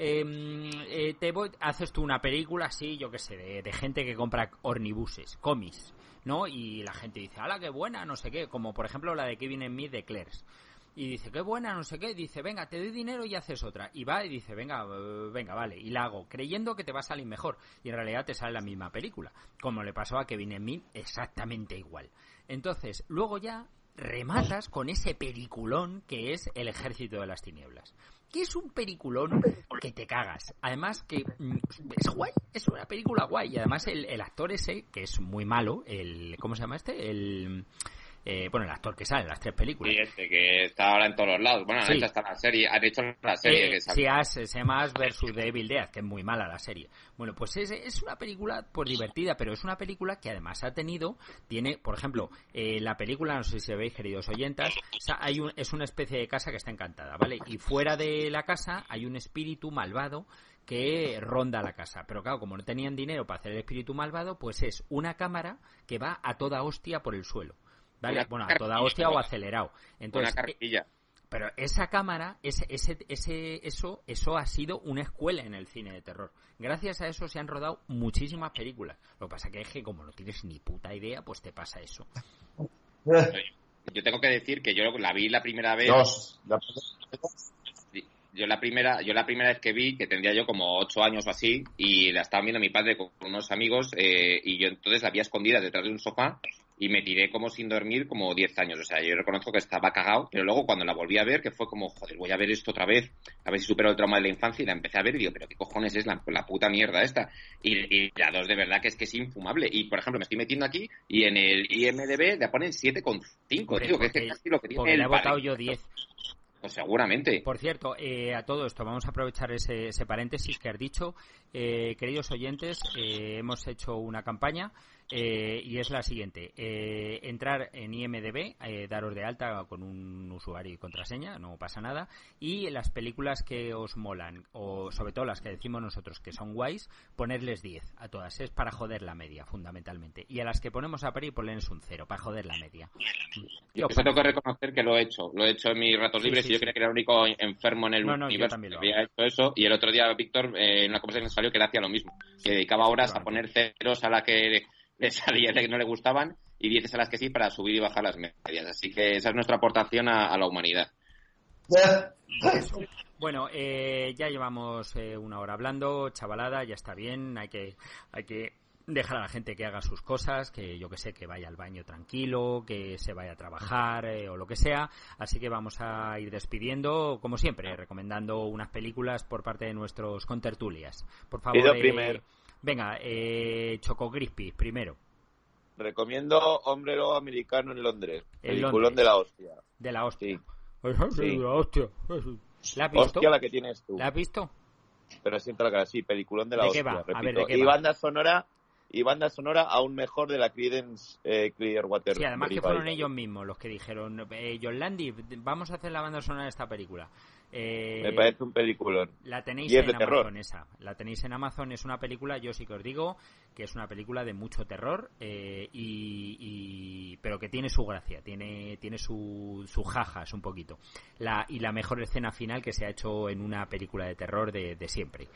haces tú una película así, yo qué sé, de gente que compra ornibuses, cómics, ¿no? Y la gente dice, ¡hala, qué buena! No sé qué, como por ejemplo la de Kevin Smith de Clerks. Y dice, qué buena, no sé qué. Dice, venga, te doy dinero y haces otra. Y va y dice, venga, vale. Y la hago, creyendo que te va a salir mejor. Y en realidad te sale la misma película. Como le pasó a Kevin Smith, exactamente igual. Entonces, luego ya rematas con ese peliculón que es El Ejército de las Tinieblas. Que es un peliculón que te cagas. Además que es guay, es una película guay. Y además el actor ese, que es muy malo, ¿cómo se llama este? El actor que sale en las 3 películas. Sí, que está ahora en todos los lados. Bueno, sí. Está la serie, han hecho la serie que sí, se llama Ash vs. The Evil Dead, que es muy mala la serie. Bueno, pues es una película pues divertida, pero es una película que además tiene, por ejemplo, la película, no sé si veis, queridos oyentas, es una especie de casa que está encantada, ¿vale? Y fuera de la casa hay un espíritu malvado que ronda la casa. Pero claro, como no tenían dinero para hacer el espíritu malvado, pues es una cámara que va a toda hostia por el suelo. ¿Vale? Bueno, a toda hostia o acelerado. Entonces, una carrilla. Pero esa cámara, eso ha sido una escuela en el cine de terror. Gracias a eso se han rodado muchísimas películas. Lo que pasa que es que como no tienes ni puta idea, pues te pasa eso. Yo tengo que decir que yo la vi la primera vez. Yo la primera vez que vi, que tendría yo como 8 años o así, y la estaba viendo mi padre con unos amigos, y yo entonces la vi escondida detrás de un sofá y me tiré como sin dormir como 10 años. O sea, yo reconozco que estaba cagado, pero luego cuando la volví a ver, que fue como, joder, voy a ver esto otra vez, a ver si supero el trauma de la infancia, y la empecé a ver y digo, pero qué cojones es la puta mierda esta. Y la 2 de verdad que es infumable. Y, por ejemplo, me estoy metiendo aquí y en el IMDb le ponen 7,5, tío, que es que casi lo que tiene porque el le he votado yo 10. Pues seguramente. Por cierto, a todo esto, vamos a aprovechar ese paréntesis que has dicho. Queridos oyentes, hemos hecho una campaña y es la siguiente. Entrar en IMDb, daros de alta con un usuario y contraseña, no pasa nada. Y las películas que os molan, o sobre todo las que decimos nosotros que son guays, ponerles 10 a todas. Es para joder la media, fundamentalmente. Y a las que ponemos a parir, ponerles un 0, para joder la media. Yo tengo que reconocer que lo he hecho en mis ratos libres, y yo creía que era el único enfermo en el universo que había hecho eso, y el otro día Víctor en una conversación salió que él hacía lo mismo, que dedicaba horas a poner ceros a la que le salía que no le gustaban y 10 a las que sí, para subir y bajar las medias. Así que esa es nuestra aportación a la humanidad. Bueno, ya llevamos 1 hora hablando, chavalada, ya está bien, hay que dejar a la gente que haga sus cosas, que yo que sé, que vaya al baño tranquilo, que se vaya a trabajar o lo que sea. Así que vamos a ir despidiendo, como siempre, recomendando unas películas por parte de nuestros contertulias. Por favor, venga, Choco Crispy, primero. Recomiendo Hombre Lobo Americano en Londres. Peliculón de la hostia. De la hostia. Sí. Sí. La hostia. ¿La has visto? Hostia, la que tienes tú. ¿La has visto? Pero siento la cara, sí, peliculón de la hostia. ¿De qué va? Repito. A ver, ¿de qué va? Y banda sonora aún mejor de la Creedence Clearwater. Sí, además que fueron ellos mismos los que dijeron, John Landy, vamos a hacer la banda sonora de esta película. Me parece un peliculón. La tenéis en Amazon terror. esa. La tenéis en Amazon, es una película, yo sí que os digo que es una película de mucho terror, pero que tiene su gracia, tiene su jajas un poquito. Y la mejor escena final que se ha hecho en una película de terror de siempre.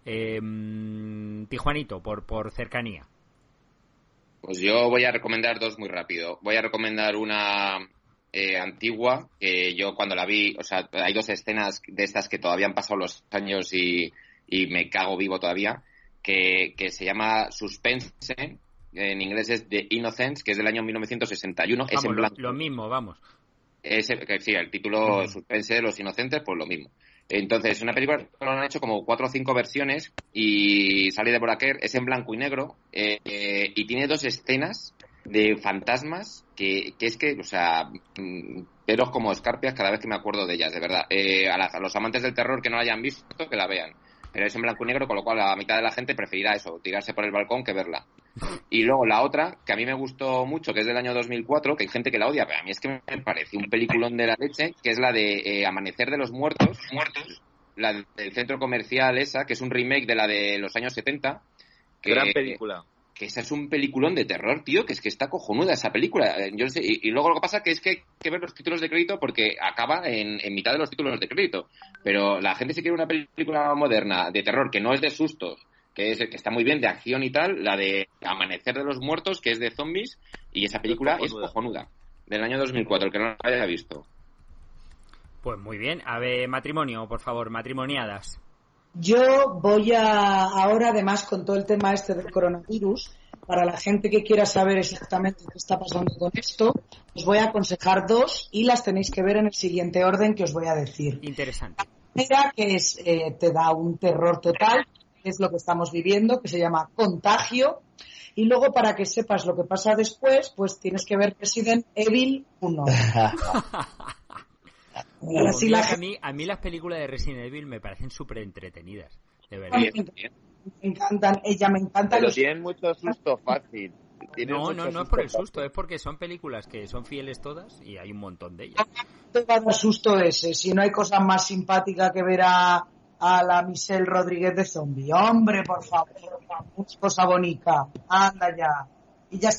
Tijuanito, por cercanía. Pues yo voy a recomendar 2 muy rápido. Voy a recomendar una antigua, que yo cuando la vi, o sea, hay 2 escenas de estas que todavía han pasado los años y me cago vivo todavía, que se llama Suspense, en inglés es The Innocents, que es del año 1961. Vamos, es en blanco. Lo mismo, vamos. Sí, el título Suspense de los Inocentes, pues lo mismo. Entonces, una película que lo han hecho como 4 o 5 versiones y sale de Boraquer, es en blanco y negro, y tiene 2 escenas de fantasmas que es que, o sea, pelos como escarpias cada vez que me acuerdo de ellas, de verdad. A los amantes del terror que no la hayan visto, que la vean. Pero es en blanco y negro, con lo cual la mitad de la gente preferirá eso, tirarse por el balcón que verla. Y luego la otra, que a mí me gustó mucho, que es del año 2004, que hay gente que la odia, pero a mí es que me parece un peliculón de la leche, que es la de Amanecer de los Muertos, la del centro comercial esa, que es un remake de la de los años 70. Gran película. Que esa es un peliculón de terror, tío, que es que está cojonuda esa película. Yo no sé, y luego lo que pasa que es que hay que ver los títulos de crédito porque acaba en mitad de los títulos de crédito. Pero la gente si quiere una película moderna de terror que no es de sustos, que está muy bien, de acción y tal, la de Amanecer de los Muertos, que es de zombies, y esa película es cojonuda. Del año 2004, el que no la haya visto. Pues muy bien. A ver, matrimonio, por favor, matrimoniadas. Yo voy ahora, además, con todo el tema este del coronavirus, para la gente que quiera saber exactamente qué está pasando con esto, os voy a aconsejar 2 y las tenéis que ver en el siguiente orden que os voy a decir. Interesante. La primera, que es, te da un terror total, que es lo que estamos viviendo, que se llama Contagio. Y luego, para que sepas lo que pasa después, pues tienes que ver Resident Evil 1. A mí las películas de Resident Evil me parecen súper entretenidas, de verdad. Me encantan, me encanta. Pero tienen mucho susto fácil. No es por el susto, es porque son películas que son fieles todas y hay un montón de ellas. Te va a dar susto ese, si no hay cosa más simpática que ver a la Michelle Rodríguez de zombie. Hombre, por favor, cosa bonita, anda ya. Y ya está.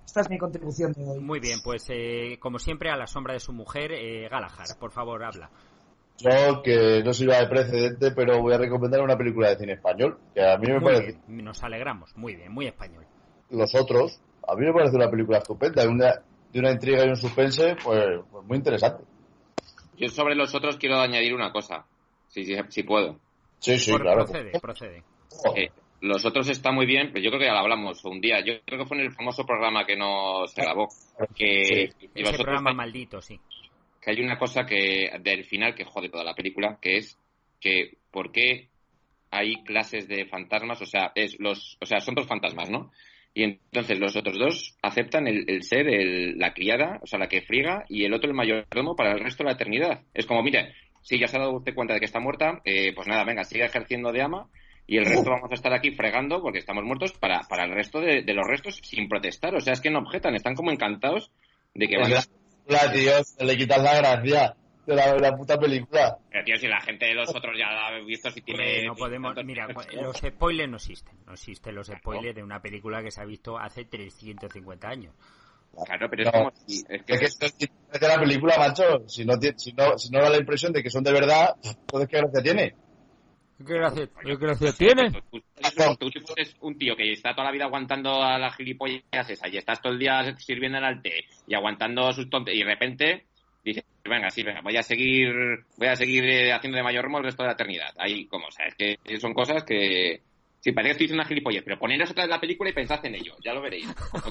Esta es mi contribución de hoy. Muy bien, pues como siempre, a la sombra de su mujer, Galahad, por favor, habla. Yo, que no sirva de precedente, pero voy a recomendar una película de cine español, que a mí me parece... Bien, nos alegramos, muy bien, muy español. Los Otros, a mí me parece una película estupenda, de una intriga y un suspense, pues muy interesante. Yo sobre Los Otros quiero añadir una cosa, si puedo. Sí, claro. Procede. Los Otros está muy bien, pero yo creo que ya lo hablamos un día. Yo creo que fue en el famoso programa que nos grabó. Ese programa maldito, sí. Que hay una cosa que del final que jode toda la película, que es que ¿por qué hay clases de fantasmas? O sea, son dos fantasmas, ¿no? Y entonces los otros dos aceptan el ser la criada, o sea, la que friega, y el otro el mayordomo para el resto de la eternidad. Es como, mire, si ya se ha dado usted cuenta de que está muerta, pues nada, venga, sigue ejerciendo de ama, y el resto vamos a estar aquí fregando porque estamos muertos para el resto de los restos sin protestar. O sea, es que no objetan, están como encantados de que van a... tío, se le quitas la gracia de la puta película. Pero tío, si la gente de Los Otros ya la ha visto, si tiene... No podemos... Mira, los spoilers no existen. No existen los spoilers de una película que se ha visto hace 350 años. Claro, pero es como si... Es que esto es de la película, macho. Si no da la impresión de que son de verdad, entonces ¿qué gracia tiene? ¿Qué gracia tiene? Tú si fueres un tío que está toda la vida aguantando a las gilipollas esa y estás todo el día sirviendo al té y aguantando sus tonterías y de repente dices, venga, voy a seguir haciendo de mayordomo el resto de la eternidad. Ahí, como, o sea, es que son cosas que... Sí, parece que estoy diciendo una gilipollez, pero poneros otra vez la película y pensad en ello, ya lo veréis.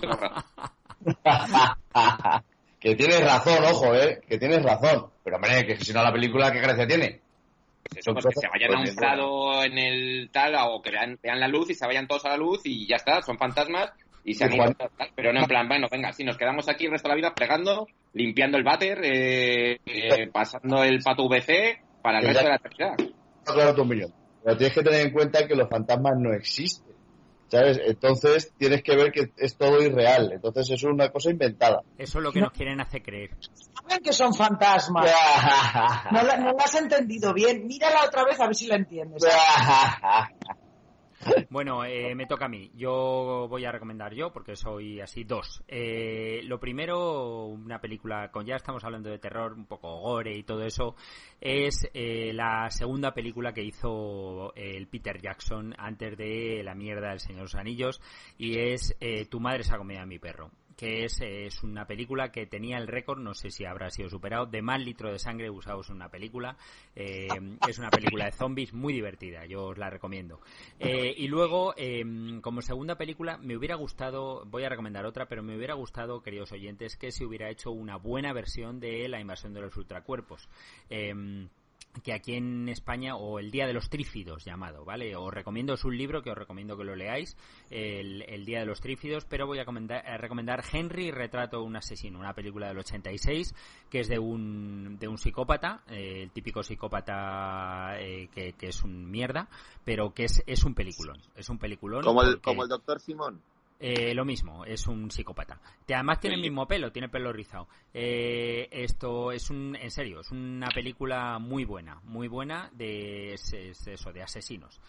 Que tienes razón, ojo, que tienes razón. Pero, hombre, que si no la película, ¿qué gracia tiene? Eso, pues que se vayan a un prado en el tal, o que vean la luz y se vayan todos a la luz y ya está, son fantasmas y se han ido, pero no en plan, bueno, venga, sí, nos quedamos aquí el resto de la vida plegando, limpiando el váter, pasando el pato VC para el resto de la eternidad. Claro, tu opinión. Pero tienes que tener en cuenta que los fantasmas no existen, ¿sabes? Entonces tienes que ver que es todo irreal. Entonces es una cosa inventada. Eso es lo que nos quieren hacer creer. Saben que son fantasmas. No la has entendido bien. Mírala otra vez a ver si la entiendes. Bueno, me toca a mí. Yo voy a recomendar porque soy así dos. Lo primero, una película, ya estamos hablando de terror, un poco gore y todo eso, es la segunda película que hizo el Peter Jackson antes de La mierda del Señor de los Anillos, y es Tu madre se ha comido a mi perro, que es una película que tenía el récord, no sé si habrá sido superado, de más litro de sangre usados en una película. Es una película de zombies muy divertida, yo os la recomiendo. Y luego, como segunda película, me hubiera gustado, voy a recomendar otra, pero me hubiera gustado, queridos oyentes, que se hubiera hecho una buena versión de La invasión de los ultracuerpos. Que aquí en España, o El Día de los Trífidos llamado, ¿vale? Os recomiendo, es un libro que os recomiendo que lo leáis, el Día de los Trífidos, pero voy a recomendar Henry, retrato de un asesino, una película del 86, que es de un psicópata, el típico psicópata que es un mierda, pero que es un peliculón. Es un peliculón. Como el Dr. Simón. Lo mismo, es un psicópata. Además tiene el mismo pelo, tiene pelo rizado. Esto es en serio, es una película muy buena de asesinos.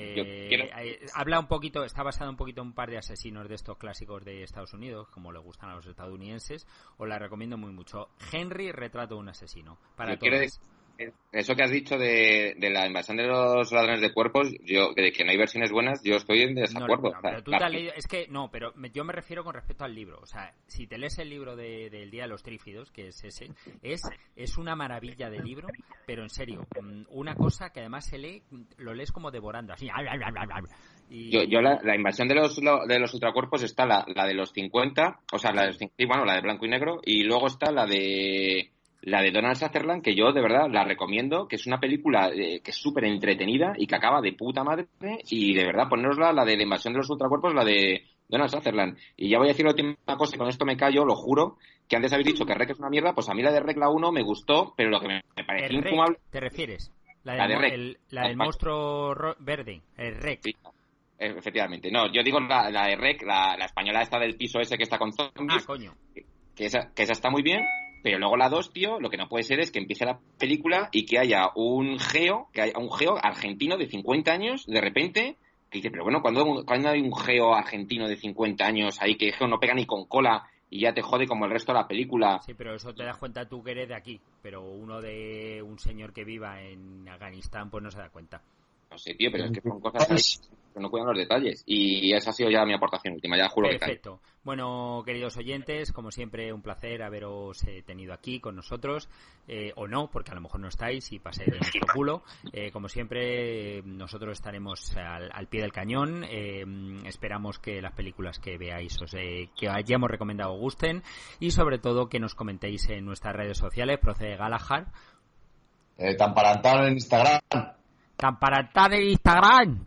Habla un poquito, está basada un poquito en un par de asesinos de estos clásicos de Estados Unidos, como le gustan a los estadounidenses. Os la recomiendo muy mucho. Henry, retrato de un asesino. Para todos. Eso que has dicho de la invasión de los ladrones de cuerpos, de que no hay versiones buenas, yo estoy en desacuerdo. Pero tú te has leído, es que no, pero yo me refiero con respecto al libro. O sea, si te lees el libro del Día de los Trífidos, que es ese, es una maravilla de libro, pero en serio, una cosa que además se lee, lo lees como devorando, así. Y... Yo la invasión de los ultracuerpos está la de los 50, o sea, la de blanco y negro, y luego está la de Donald Sutherland, que yo de verdad la recomiendo, que es una película que es súper entretenida y que acaba de puta madre, y de verdad ponerosla, la de la invasión de los ultracuerpos, la de Donald Sutherland. Y ya voy a decir la última cosa, y con esto me callo, lo juro, que antes habéis dicho que REC es una mierda, pues a mí la de REC la 1 me gustó, pero lo que me pareció infumable... ¿Te refieres? La de REC. La del monstruo verde, el REC. Sí. Efectivamente. No, yo digo la de REC, la española esta del piso ese que está con zombies. Ah, coño. Que esa está muy bien. Pero luego la 2, tío, lo que no puede ser es que empiece la película y que haya un geo argentino de 50 años, de repente, Que dice, pero bueno, cuando hay un geo argentino de 50 años ahí que geo no pega ni con cola y ya te jode como el resto de la película. Sí, pero eso te das cuenta tú que eres de aquí, pero uno de un señor que viva en Afganistán pues no se da cuenta. No sé, tío, pero es que son cosas ahí que no cuidan los detalles. Y esa ha sido ya mi aportación última, ya juro. Perfecto. Bueno, queridos oyentes, como siempre, un placer haberos tenido aquí con nosotros, o no, porque a lo mejor no estáis y paséis de nuestro culo. Como siempre, nosotros estaremos al pie del cañón. Esperamos que las películas que veáis, que hayamos recomendado, os gusten, y sobre todo que nos comentéis en nuestras redes sociales. Procede Galahad. Tamparantán en Instagram. Tamparantán en Instagram.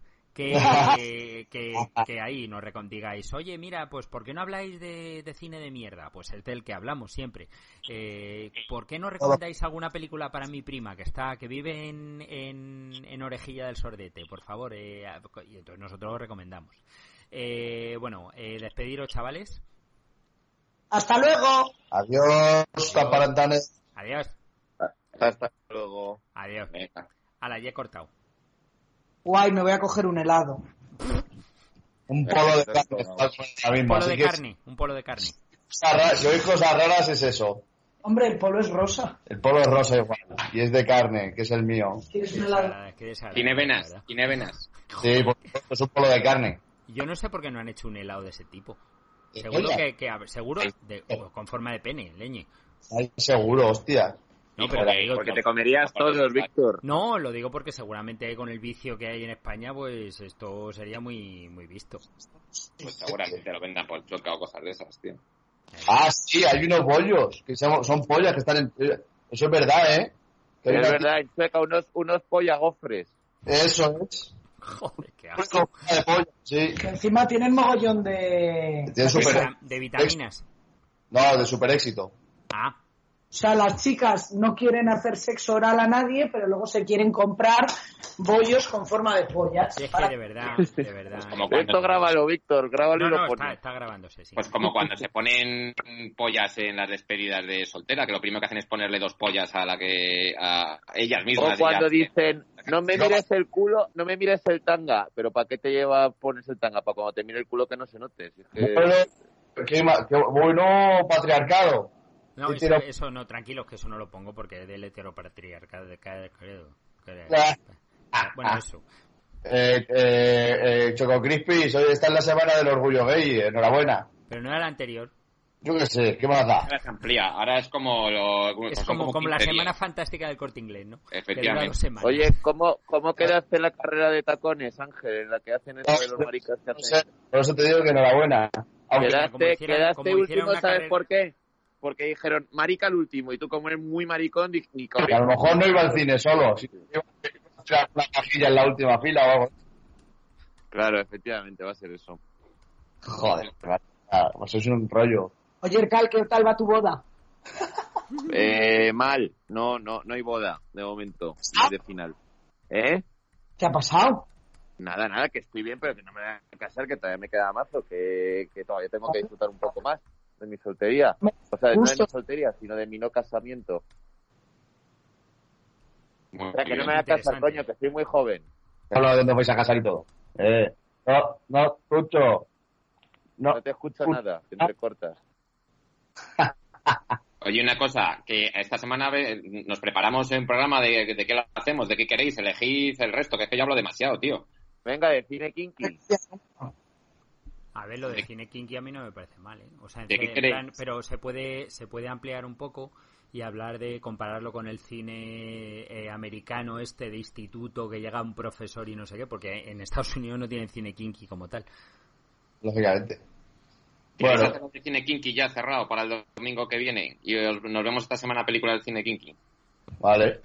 Que ahí nos digáis, oye, mira, pues ¿por qué no habláis de cine de mierda? Pues es del que hablamos siempre. ¿Por qué no recomendáis alguna película para mi prima que vive en Orejilla del Sordete? Por favor, y entonces nosotros lo recomendamos. Despediros, chavales. ¡Hasta luego! Adiós, Tamparantanes. Adiós. Hasta luego. Adiós. Ala, ya he cortado. Guay, me voy a coger un helado. Un polo de carne. Un polo de carne. Si oís cosas raras es eso. Hombre, el polo es rosa. El polo es rosa igual. Y es de carne, que es el mío. ¿Quieres un helado? Tiene venas. Sí, es un polo de carne. Yo no sé por qué no han hecho un helado de ese tipo. Seguro con forma de pene, leñe. Ay, seguro, hostia. No, pero porque te comerías todos, Víctor. No, lo digo porque seguramente con el vicio que hay en España, pues esto sería muy muy visto. Pues seguramente lo vendan por choca o cosas de esas, tío. Ah, sí, hay unos bollos, que son pollas que están en... Eso es verdad, ¿eh? Es verdad, en Chueca unos pollagofres. Eso es. Joder, qué asco. De pollo, sí. Que encima tienen mogollón de vitaminas. No, de super éxito. Ah. O sea, las chicas no quieren hacer sexo oral a nadie, pero luego se quieren comprar bollos con forma de pollas. Sí, es que de verdad. Pues como cuando... Esto grábalo, Víctor, grábalo y lo pones. Está grabándose, sí. Pues como cuando se ponen pollas en las despedidas de soltera, que lo primero que hacen es ponerle 2 pollas a ellas mismas. O cuando dicen, no me mires el culo, no me mires el tanga, pero ¿para qué te pones el tanga? Para cuando te mire el culo que no se note. Si es que... Bueno, patriarcado. No, eso no, tranquilos, que eso no lo pongo porque es del heteropatriarcado de cada credo. Bueno, eso. Choco Crispy, hoy está en la semana del orgullo gay, enhorabuena. Pero no era la anterior. Yo qué sé, ¿qué más da? Ahora se amplía, ahora es como... Es como la semana fantástica del Corte Inglés, ¿no? Efectivamente. Oye, ¿cómo quedaste en la carrera de tacones, Ángel, en la que hacen eso de los maricas que hacen? Por eso te digo que enhorabuena. Quedaste último, ¿sabes por qué? Porque dijeron, marica el último, y tú como eres muy maricón, a lo mejor no iba al cine solo, si iba a una cajilla en la última fila o algo. Claro, efectivamente, va a ser eso. Joder, pues es un rollo. Oye, Cal, ¿qué tal va tu boda? Mal, no hay boda, de momento, de final. ¿Qué ha pasado? Nada, que estoy bien, pero que no me voy a casar, que todavía me queda mazo, que todavía tengo que disfrutar un poco más de mi soltería. O sea, no de mi soltería, sino de mi no casamiento. O sea, que no me voy a casar, coño, que estoy muy joven. Solo de dónde vais a casar y todo. No escucho. No te escucho nada, te entrecortas. Oye, una cosa, que esta semana nos preparamos en programa de qué lo hacemos, de qué queréis, elegid el resto, que es que yo hablo demasiado, tío. Venga, de cine kinky. A ver, lo de cine kinky a mí no me parece mal, ¿eh? O sea, pero se puede ampliar un poco y hablar de compararlo con el cine americano de instituto, que llega un profesor y no sé qué, porque en Estados Unidos no tienen cine kinky como tal. Lógicamente. Bueno, hacemos el cine kinky ya cerrado para el domingo que viene y nos vemos esta semana película del cine kinky. Vale,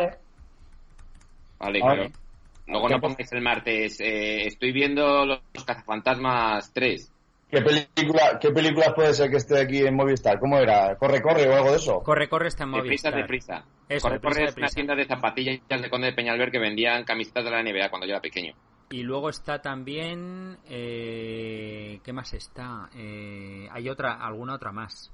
claro. Luego no pongáis el martes. Estoy viendo Los Cazafantasmas 3. ¿Qué películas puede ser que esté aquí en Movistar? ¿Cómo era? ¿Corre o algo de eso? Corre está en Movistar. Deprisa. Corre es una tienda de zapatillas de Conde de Peñalver que vendían camisetas de la NBA cuando yo era pequeño. Y luego está también... ¿qué más está? Hay alguna otra más.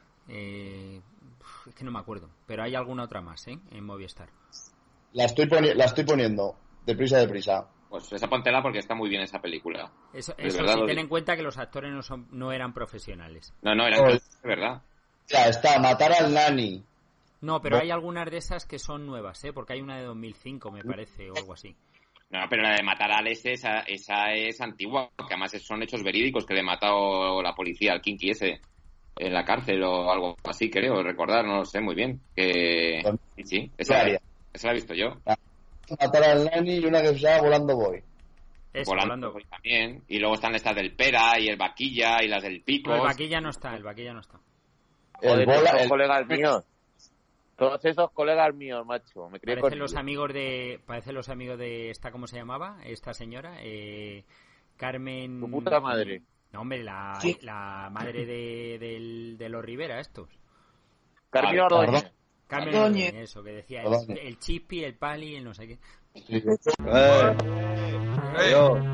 Es que no me acuerdo. Pero hay alguna otra más, en Movistar. La estoy poniendo. Deprisa. Pues esa póntela porque está muy bien esa película. Eso sí, ten en cuenta que los actores no eran profesionales. No, eran de verdad. Ya está, Matar al Nani. No, pero hay algunas de esas que son nuevas, porque hay una de 2005, me parece, o algo así. No, pero la de matar a Alex, esa es antigua, que además son hechos verídicos, que le mató la policía al Kinky ese en la cárcel o algo así, creo, recordar, no lo sé muy bien. Sí, esa la he visto yo. Matar al Nani y una que se llama Volando Boy. Volando Boy también. Y luego están estas del Pera y el Vaquilla y las del Pico. No, el Vaquilla no está. Colegas míos. Todos esos colegas míos, macho. Parecen los amigos de esta, ¿cómo se llamaba? Esta señora, Carmen. Tu puta madre. No, hombre, la madre de los Rivera, estos. Carmen Ordóñez. Carmen Ordóñez, eso, que decía el Chipi, el Pali, el no sé qué. Adiós.